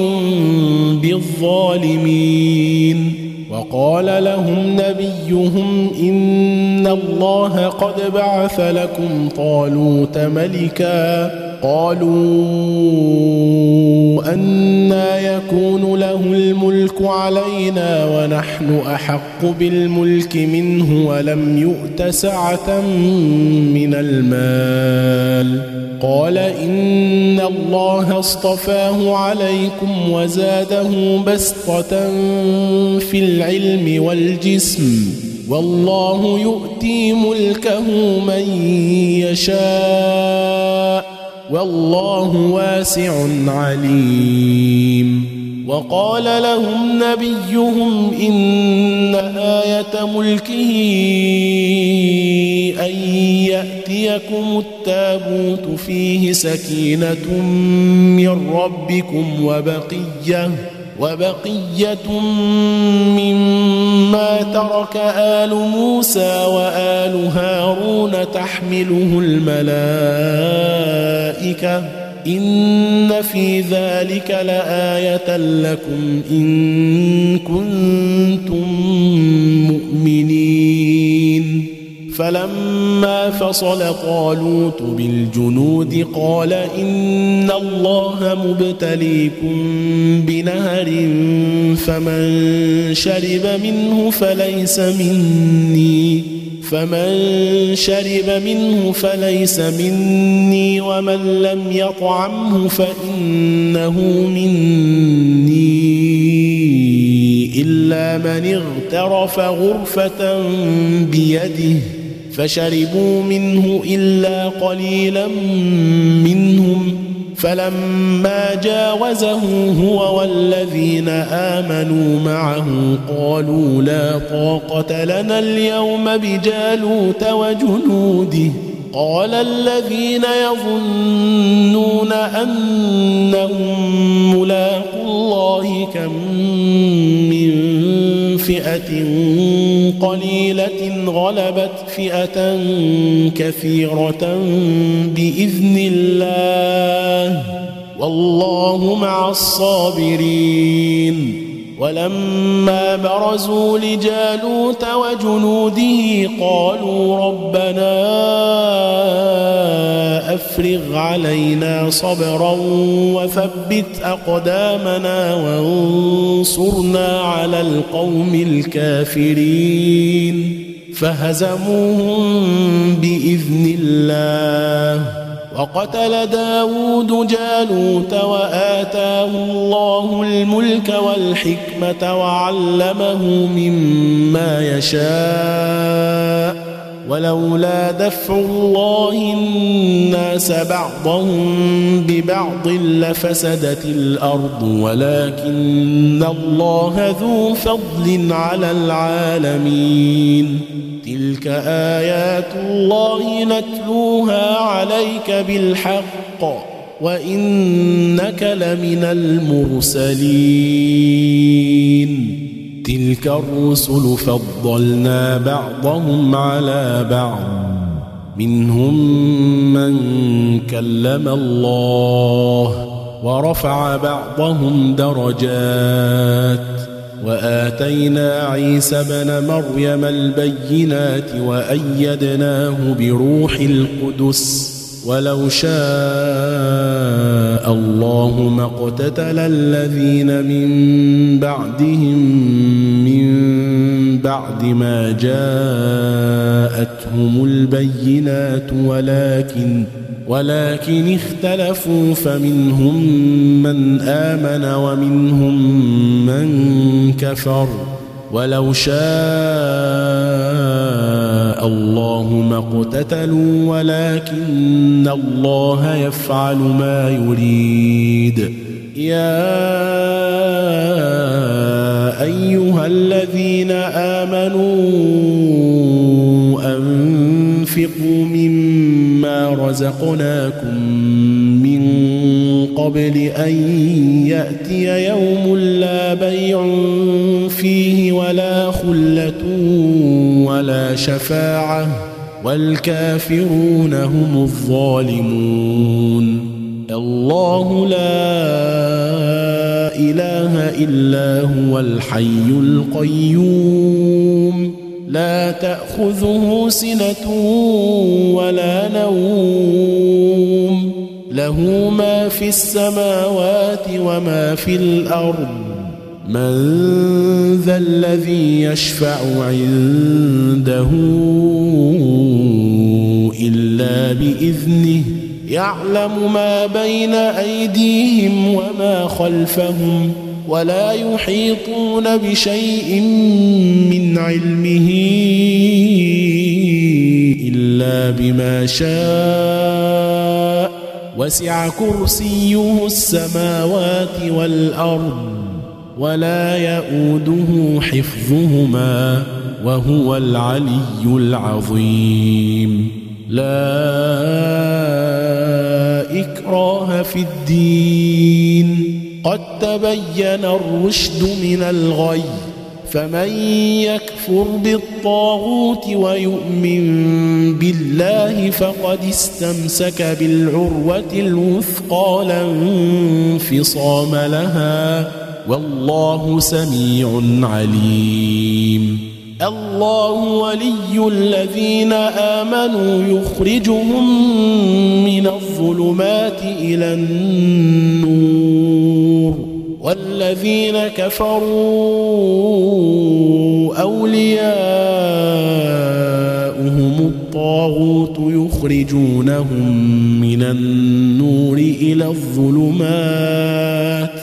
بالظالمين. وقال لهم نبيهم إن الله قد بعث لكم طالوت ملكا، قالوا أنى يكون له الملك علينا ونحن أحق بالملك منه ولم يؤت سعة من المال، قال إن الله اصطفاه عليكم وزاده بسطة في العلم والجسم، والله يؤتي ملكه من يشاء، والله واسع عليم. وقال لهم نبيهم إن آية ملكه أن يأتيكم التابوت فيه سكينة من ربكم وبقية وبقية مما ترك آل موسى وآل هارون تحمله الملائكة، إن في ذلك لآية لكم إن كنتم مؤمنين. فلما فصل طالوت بالجنود قال إن الله مبتليكم بنهر فمن شرب منه فليس مني فمن شرب منه فليس مني ومن لم يطعمه فإنه مني إلا من اغترف غرفة بيده، فشربوا منه إلا قليلا منهم، فلما جاوزه هو والذين آمنوا معه قالوا لا طاقة لنا اليوم بجالوت وجنوده قال الذين يظنون أنهم ملاقو الله كم من فئة قليلة غلبت فئة كثيرة بإذن الله والله مع الصابرين. ولما برزوا لجالوت وجنوده قالوا ربنا أفرغ علينا صبرا وثبت أقدامنا وانصرنا على القوم الكافرين فهزموهم بإذن الله. وقتل داود جالوت وآتاه الله الملك والحكمة وعلمه مما يشاء ولولا دفع الله الناس بعضهم ببعض لفسدت الأرض ولكن الله ذو فضل على العالمين. تلك آيات الله نتلوها عليك بالحق وإنك لمن المرسلين. تلك الرسل فضلنا بعضهم على بعض منهم من كلم الله ورفع بعضهم درجات وآتينا عيسى ابن مريم البينات وأيدناه بروح القدس ولو شاء الله ما اقتتل الذين من بعدهم من بعد ما جاءتهم البينات ولكن ولكن اختلفوا فمنهم من آمن ومنهم من كفر ولو شاء الله ما اقتتلوا ولكن الله يفعل ما يريد. يا أيها الذين آمنوا أنفقوا مما رزقناكم من قبل أن يأتي يوم لا بيع فيه ولا خلة ولا شفاعة والكافرون هم الظالمون. الله لا إله إلا هو الحي القيوم لا تأخذه سنة ولا نوم له ما في السماوات وما في الأرض من ذا الذي يشفع عنده إلا بإذنه يعلم ما بين أيديهم وما خلفهم ولا يحيطون بشيء من علمه إلا بما شاء وسع كرسيه السماوات والأرض ولا يؤوده حفظهما وهو العلي العظيم. لا إكراه في الدين قد تبين الرشد من الغي فمن يكفر بالطاغوت ويؤمن بالله فقد استمسك بالعروة الوثقى لا انفصام لها والله سميع عليم. الله ولي الذين آمنوا يخرجهم من الظلمات إلى النور والذين كفروا أولياؤهم الطاغوت يخرجونهم من النور إلى الظلمات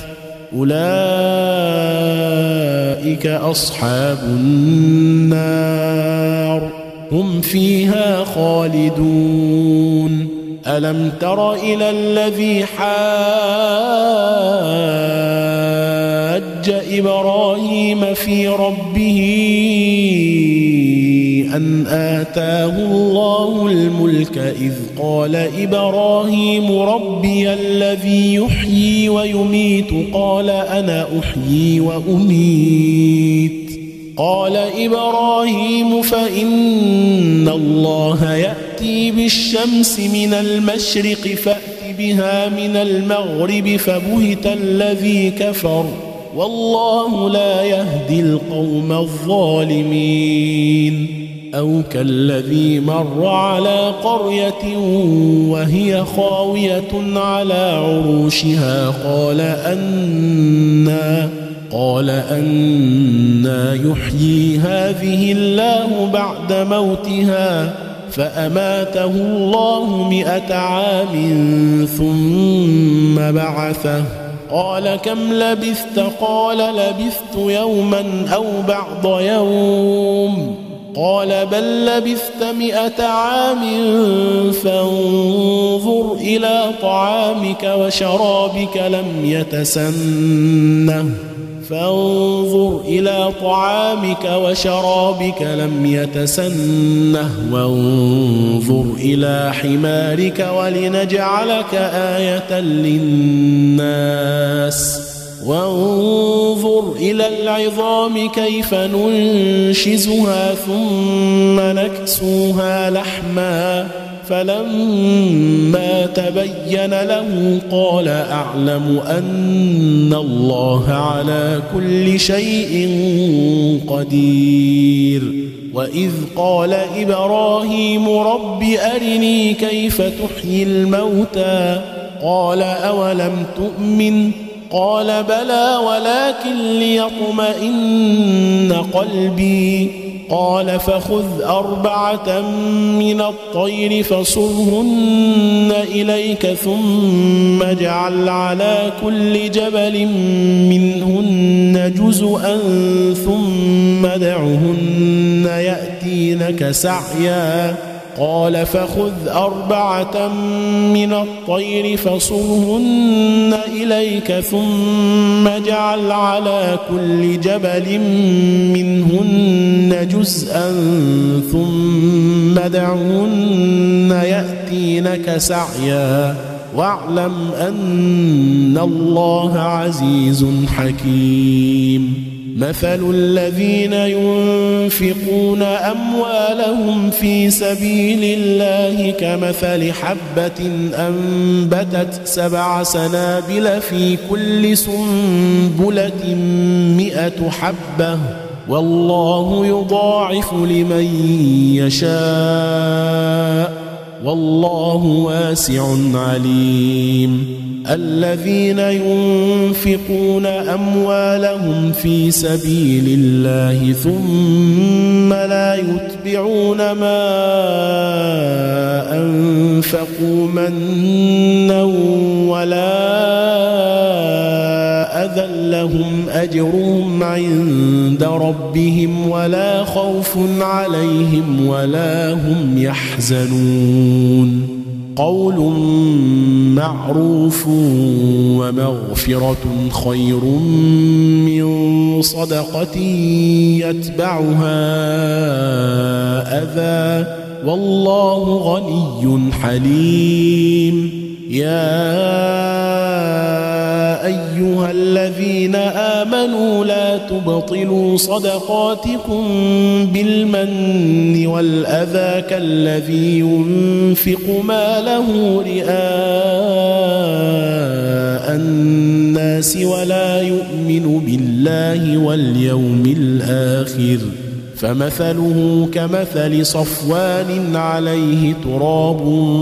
أولئك أصحاب النار هم فيها خالدون. ألم تر إلى الذي حاج إبراهيم في ربه أن آتاه الله الملك إذ قال إبراهيم ربي الذي يحيي ويميت قال أنا أحيي وأميت قال إبراهيم فإن الله يأتي بالشمس من المشرق فأت بها من المغرب فبهت الذي كفر والله لا يهدي القوم الظالمين أو كالذي مر على قرية وهي خاوية على عروشها قال أنى قال أنى يحيي هذه الله بعد موتها فأماته الله مئة عام ثم بعثه قال كم لبثت قال لبثت يوما أو بعض يوم قال بل لبثت مئة عام فانظر إلى طعامك وشرابك لم يتسنه فانظر إلى طعامك وشرابك لم يتسنه وانظر إلى حمارك ولنجعلك آية للناس وانظر إلى العظام كيف ننشزها ثم نكسوها لحما فلما تبين له قال أعلم أن الله على كل شيء قدير وإذ قال إبراهيم رب أرني كيف تحيي الموتى قال أولم تؤمن قال بلى ولكن ليطمئن قلبي قال فخذ أربعة من الطير فصرهن إليك ثم اجعل على كل جبل منهن جزءا ثم دعهن يأتينك سعيا قال فخذ أربعة من الطير فصرهن إليك ثم اجعل على كل جبل منهن جزءا ثم دعهن يأتينك سعيا واعلم أن الله عزيز حكيم مثل الذين ينفقون أموالهم في سبيل الله كمثل حبة أنبتت سبع سنابل في كل سنبلة مئة حبة والله يضاعف لمن يشاء والله واسع عليم الذين ينفقون أموالهم في سبيل الله ثم لا يتبعون ما أنفقوا منا ولا أذى لهم أجرهم عند ربهم ولا خوف عليهم ولا هم يحزنون قول معروف ومغفرة خير من صدقة يتبعها أذى والله غني حليم يا أيها الذين آمنوا لا تبطلوا صدقاتكم بالمن والأذى كالذي ينفق ماله رئاء الناس ولا يؤمن بالله واليوم الآخر فمثله كمثل صفوان عليه تراب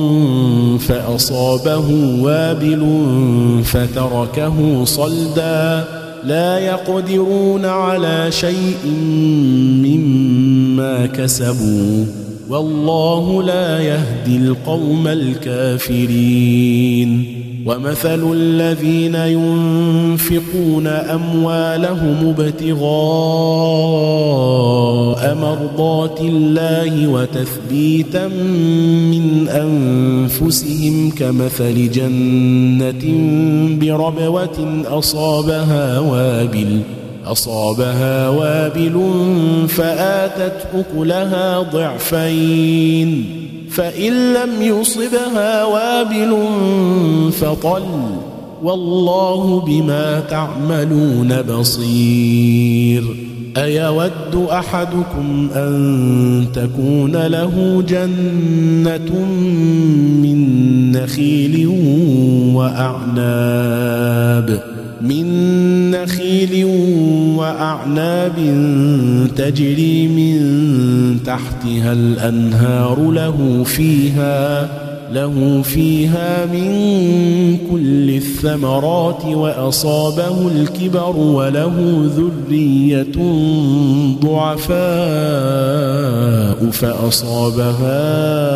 فأصابه وابل فتركه صلدا لا يقدرون على شيء مما كسبوا والله لا يهدي القوم الكافرين ومثل الذين ينفقون أموالهم ابتغاء مرضات الله وتثبيتا من أنفسهم كمثل جنة بربوة أصابها وابل أصابها وابل فآتت أكلها ضعفين فإن لم يصبها وابل فطل والله بما تعملون بصير أيود أحدكم أن تكون له جنة من نخيل وأعناب من نخيل وأعناب تجري من تحتها الأنهار له فيها له فيها من كل الثمرات وأصابه الكبر وله ذرية ضعفاء فأصابها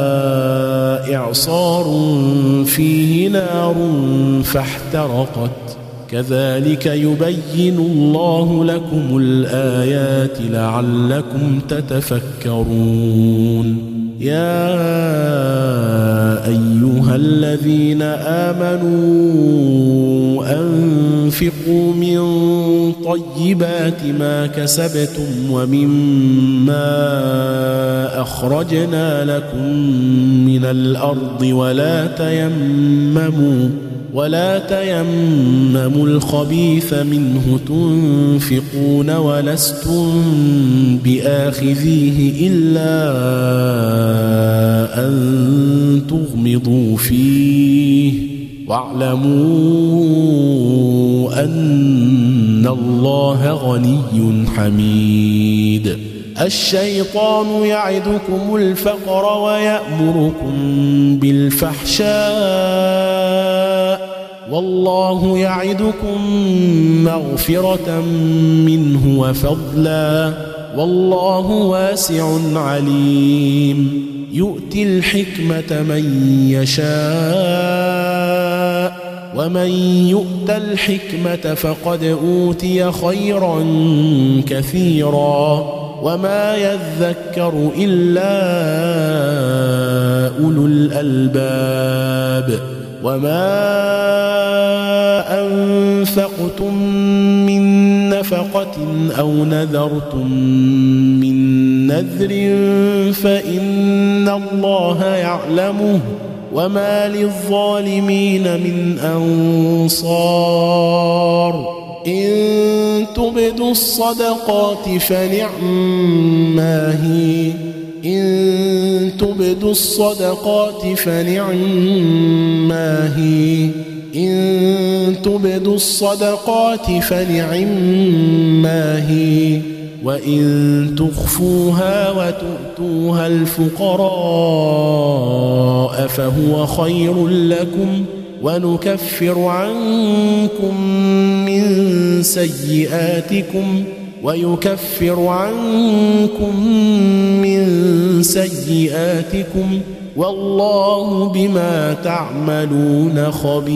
إعصار فيه نار فاحترقت كذلك يبين الله لكم الآيات لعلكم تتفكرون يا أيها الذين آمنوا أنفقوا من طيبات ما كسبتم ومما أخرجنا لكم من الأرض ولا تيمموا ولا تيمموا الخبيث منه تنفقون ولستم بآخذيه إلا أن تغمضوا فيه واعلموا أن الله غني حميد الشيطان يعدكم الفقر ويأمركم بالفحشاء والله يعدكم مغفرة منه وفضلا والله واسع عليم يؤتي الحكمة من يشاء ومن يؤت الحكمة فقد أوتي خيرا كثيرا وما يذكر إلا أولو الألباب وما أنفقتم من نفقة أو نذرتم من نذر فإن الله يعلمه وما للظالمين من أنصار إن تبدوا الصدقات فنعما هي إن تبدوا الصدقات فنعما هي إن تبدوا الصدقات فنعما هي وإن تخفوها وتؤتوها الفقراء فهو خير لكم ونكفر عنكم من سيئاتكم ويكفر عنكم من سيئاتكم والله بما تعملون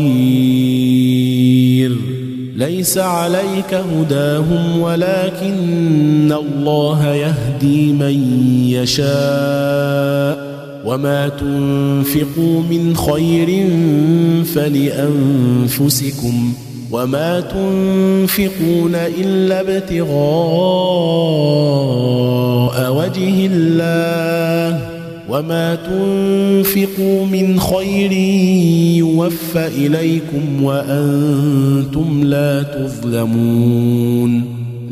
خبير ليس عليك هداهم ولكن الله يهدي من يشاء وما تنفقوا من خير فلأنفسكم وما تنفقون إلا ابتغاء وجه الله وما تنفقوا من خير يوفى إليكم وأنتم لا تظلمون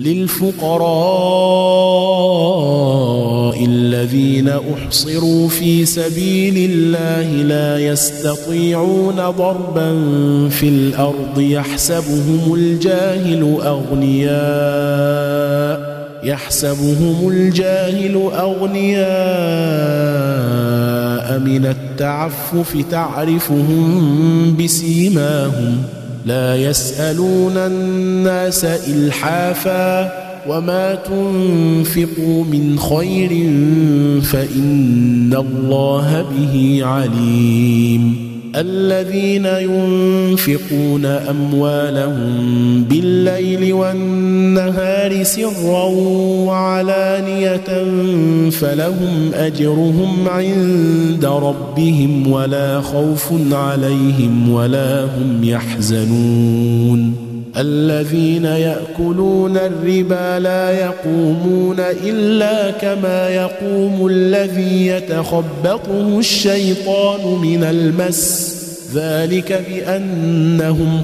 للفقراء الذين أحصروا في سبيل الله لا يستطيعون ضربا في الأرض يحسبهم الجاهل أغنياء يحسبهم الجاهل أغنياء من التعفف تعرفهم بسيماهم لا يسألون الناس إلحافا وما تنفقوا من خير فإن الله به عليم الذين ينفقون أموالهم بالليل والنهار سرا وعلانية فلهم أجرهم عند ربهم ولا خوف عليهم ولا هم يحزنون الذين يأكلون الربا لا يقومون إلا كما يقوم الذي يتخبطه الشيطان من المس ذلك بأنهم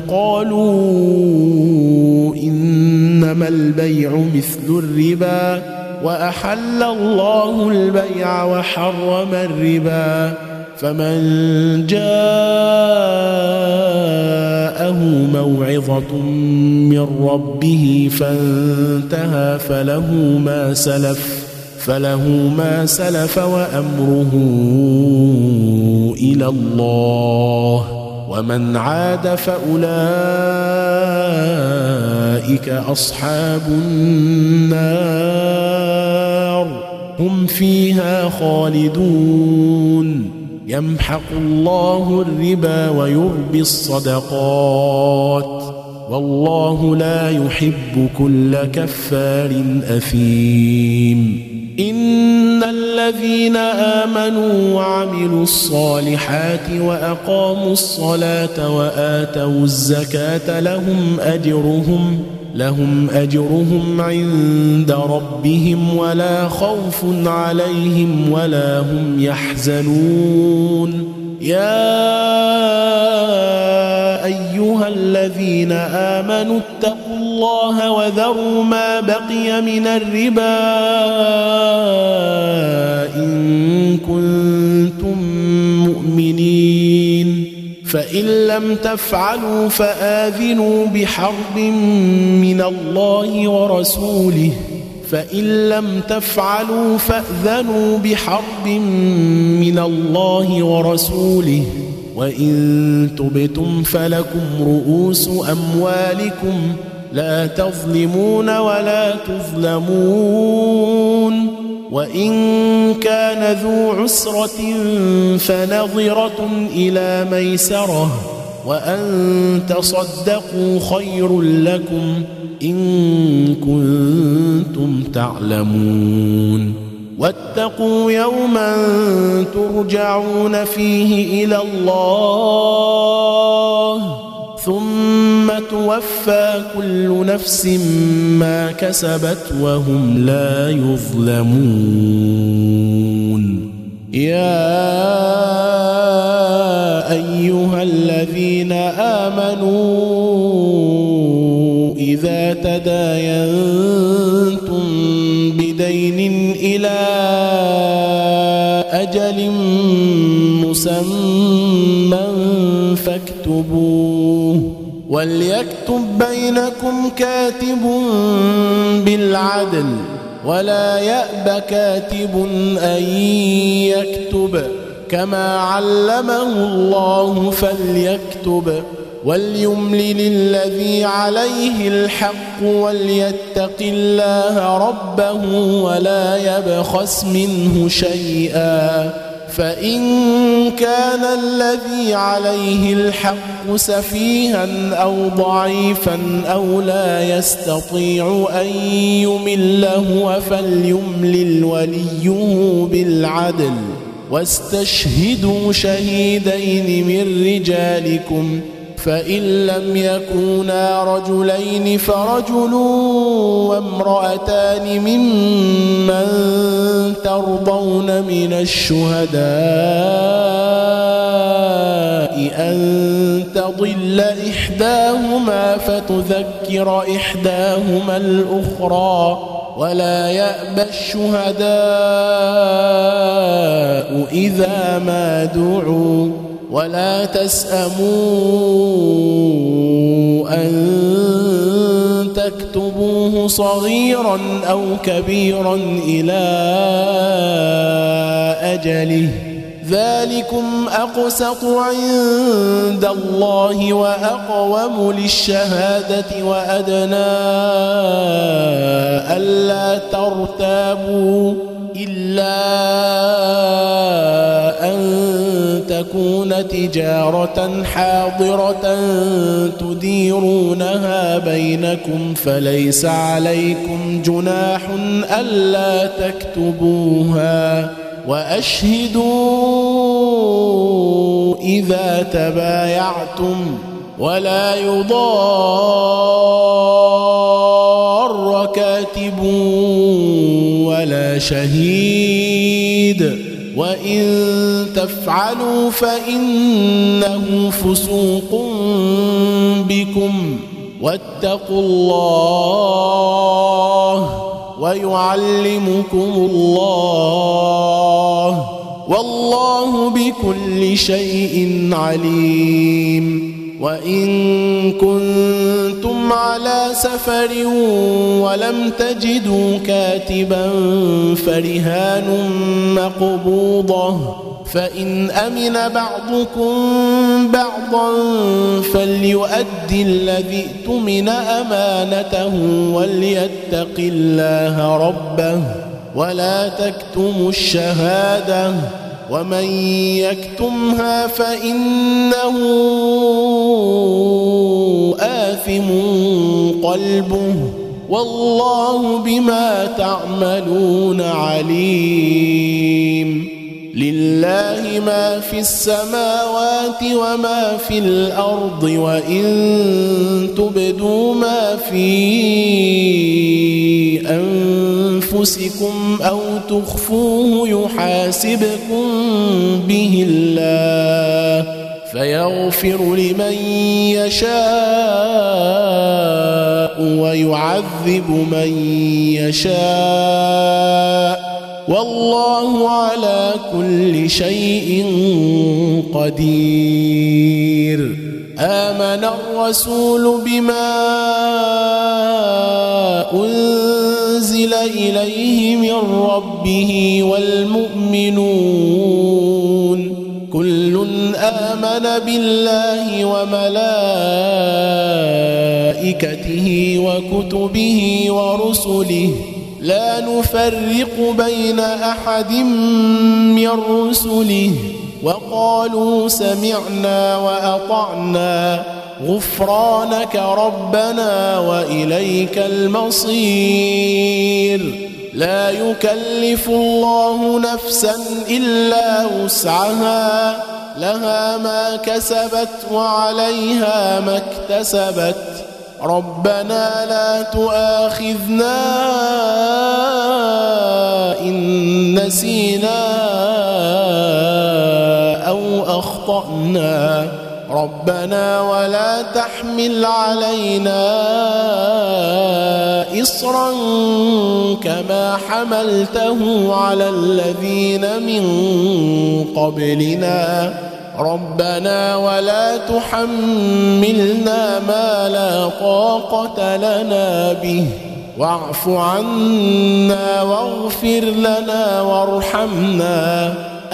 قالوا إنما البيع مثل الربا وأحل الله البيع وحرم الربا فمن جاءه موعظة من ربه فانتهى فله ما سلف فله ما سلف وأمره إلى الله ومن عاد فأولئك أصحاب النار هم فيها خالدون يمحق الله الربا ويربي الصدقات والله لا يحب كل كفار أثيم إن الذين آمنوا وعملوا الصالحات وأقاموا الصلاة وآتوا الزكاة لهم أجرهم لهم أجرهم عند ربهم ولا خوف عليهم ولا هم يحزنون يا أيها الذين آمنوا اتقوا الله وذروا ما بقي من الربا إن كنتم مؤمنين فإن لم تفعلوا فآذنوا بحرب من الله ورسوله فإن لم تفعلوا فأذنوا بحرب من الله ورسوله وإن تبتم فلكم رؤوس أموالكم لا تظلمون ولا تظلمون وإن كان ذو عسرة فنظرة إلى ميسرة وأن تصدقوا خير لكم إن كنتم تعلمون واتقوا يوما ترجعون فيه إلى الله ثم توفى كل نفس ما كسبت وهم لا يظلمون يا أيها الذين آمنوا إذا تداينتم بدين إلى أجل مسمى فاكتبوه وليكتب بينكم كاتب بالعدل ولا يأب كاتب أن يكتب كما علمه الله فليكتب وليملل الذي عليه الحق وليتق الله ربه ولا يبخس منه شيئا فإن كان الذي عليه الحق سفيها أو ضعيفا أو لا يستطيع أن يمل هو فليملل وليه بالعدل واستشهدوا شهيدين من رجالكم فإن لم يكونا رجلين فرجل وامرأتان ممن ترضون من الشهداء أن تضل إحداهما فتذكر إحداهما الأخرى ولا يأبى الشهداء إذا ما دعوا ولا تسأموا أن تكتبوه صغيرا أو كبيرا إلى أجله ذلكم أقسط عند الله وأقوم للشهادة وأدنى ألا ترتابوا إلا أن تكون تجارة حاضرة تديرونها بينكم فليس عليكم جناح ألا تكتبوها وأشهدوا إذا تبايعتم ولا يضار كاتب ولا شهيد وإن تفعلوا فإنه فسوق بكم واتقوا الله ويعلمكم الله والله بكل شيء عليم. وإن كنتم على سفر ولم تجدوا كاتبا فرهان مقبوضة فإن أمن بعضكم بعضا فليؤدي الذي اؤتمن أمانته وليتق الله ربه ولا تكتموا الشهادة ومن يكتمها فإنه آثم قلبه والله بما تعملون عليم. لله ما في السماوات وما في الأرض وإن تبدوا ما في أنفسكم أو تخفوه يحاسبكم به الله فيغفر لمن يشاء ويعذب من يشاء والله على كل شيء قدير. آمن الرسول بما أنزل إليه من ربه والمؤمنون كل آمن بالله وملائكته وكتبه ورسله لا نفرق بين أحد من رسله وقالوا سمعنا وأطعنا غفرانك ربنا وإليك المصير. لا يكلف الله نفسا إلا وسعها لها ما كسبت وعليها ما اكتسبت ربنا لا تؤاخذنا إن نسينا أو أخطأنا ربنا ولا تحمل علينا إصرا كما حملته على الذين من قبلنا ربنا ولا تحملنا ما لا طاقة لنا به واعف عنا واغفر لنا وارحمنا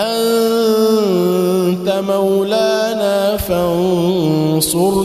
أنت مولانا فانصرنا. فانصرنا على القوم الكافرين.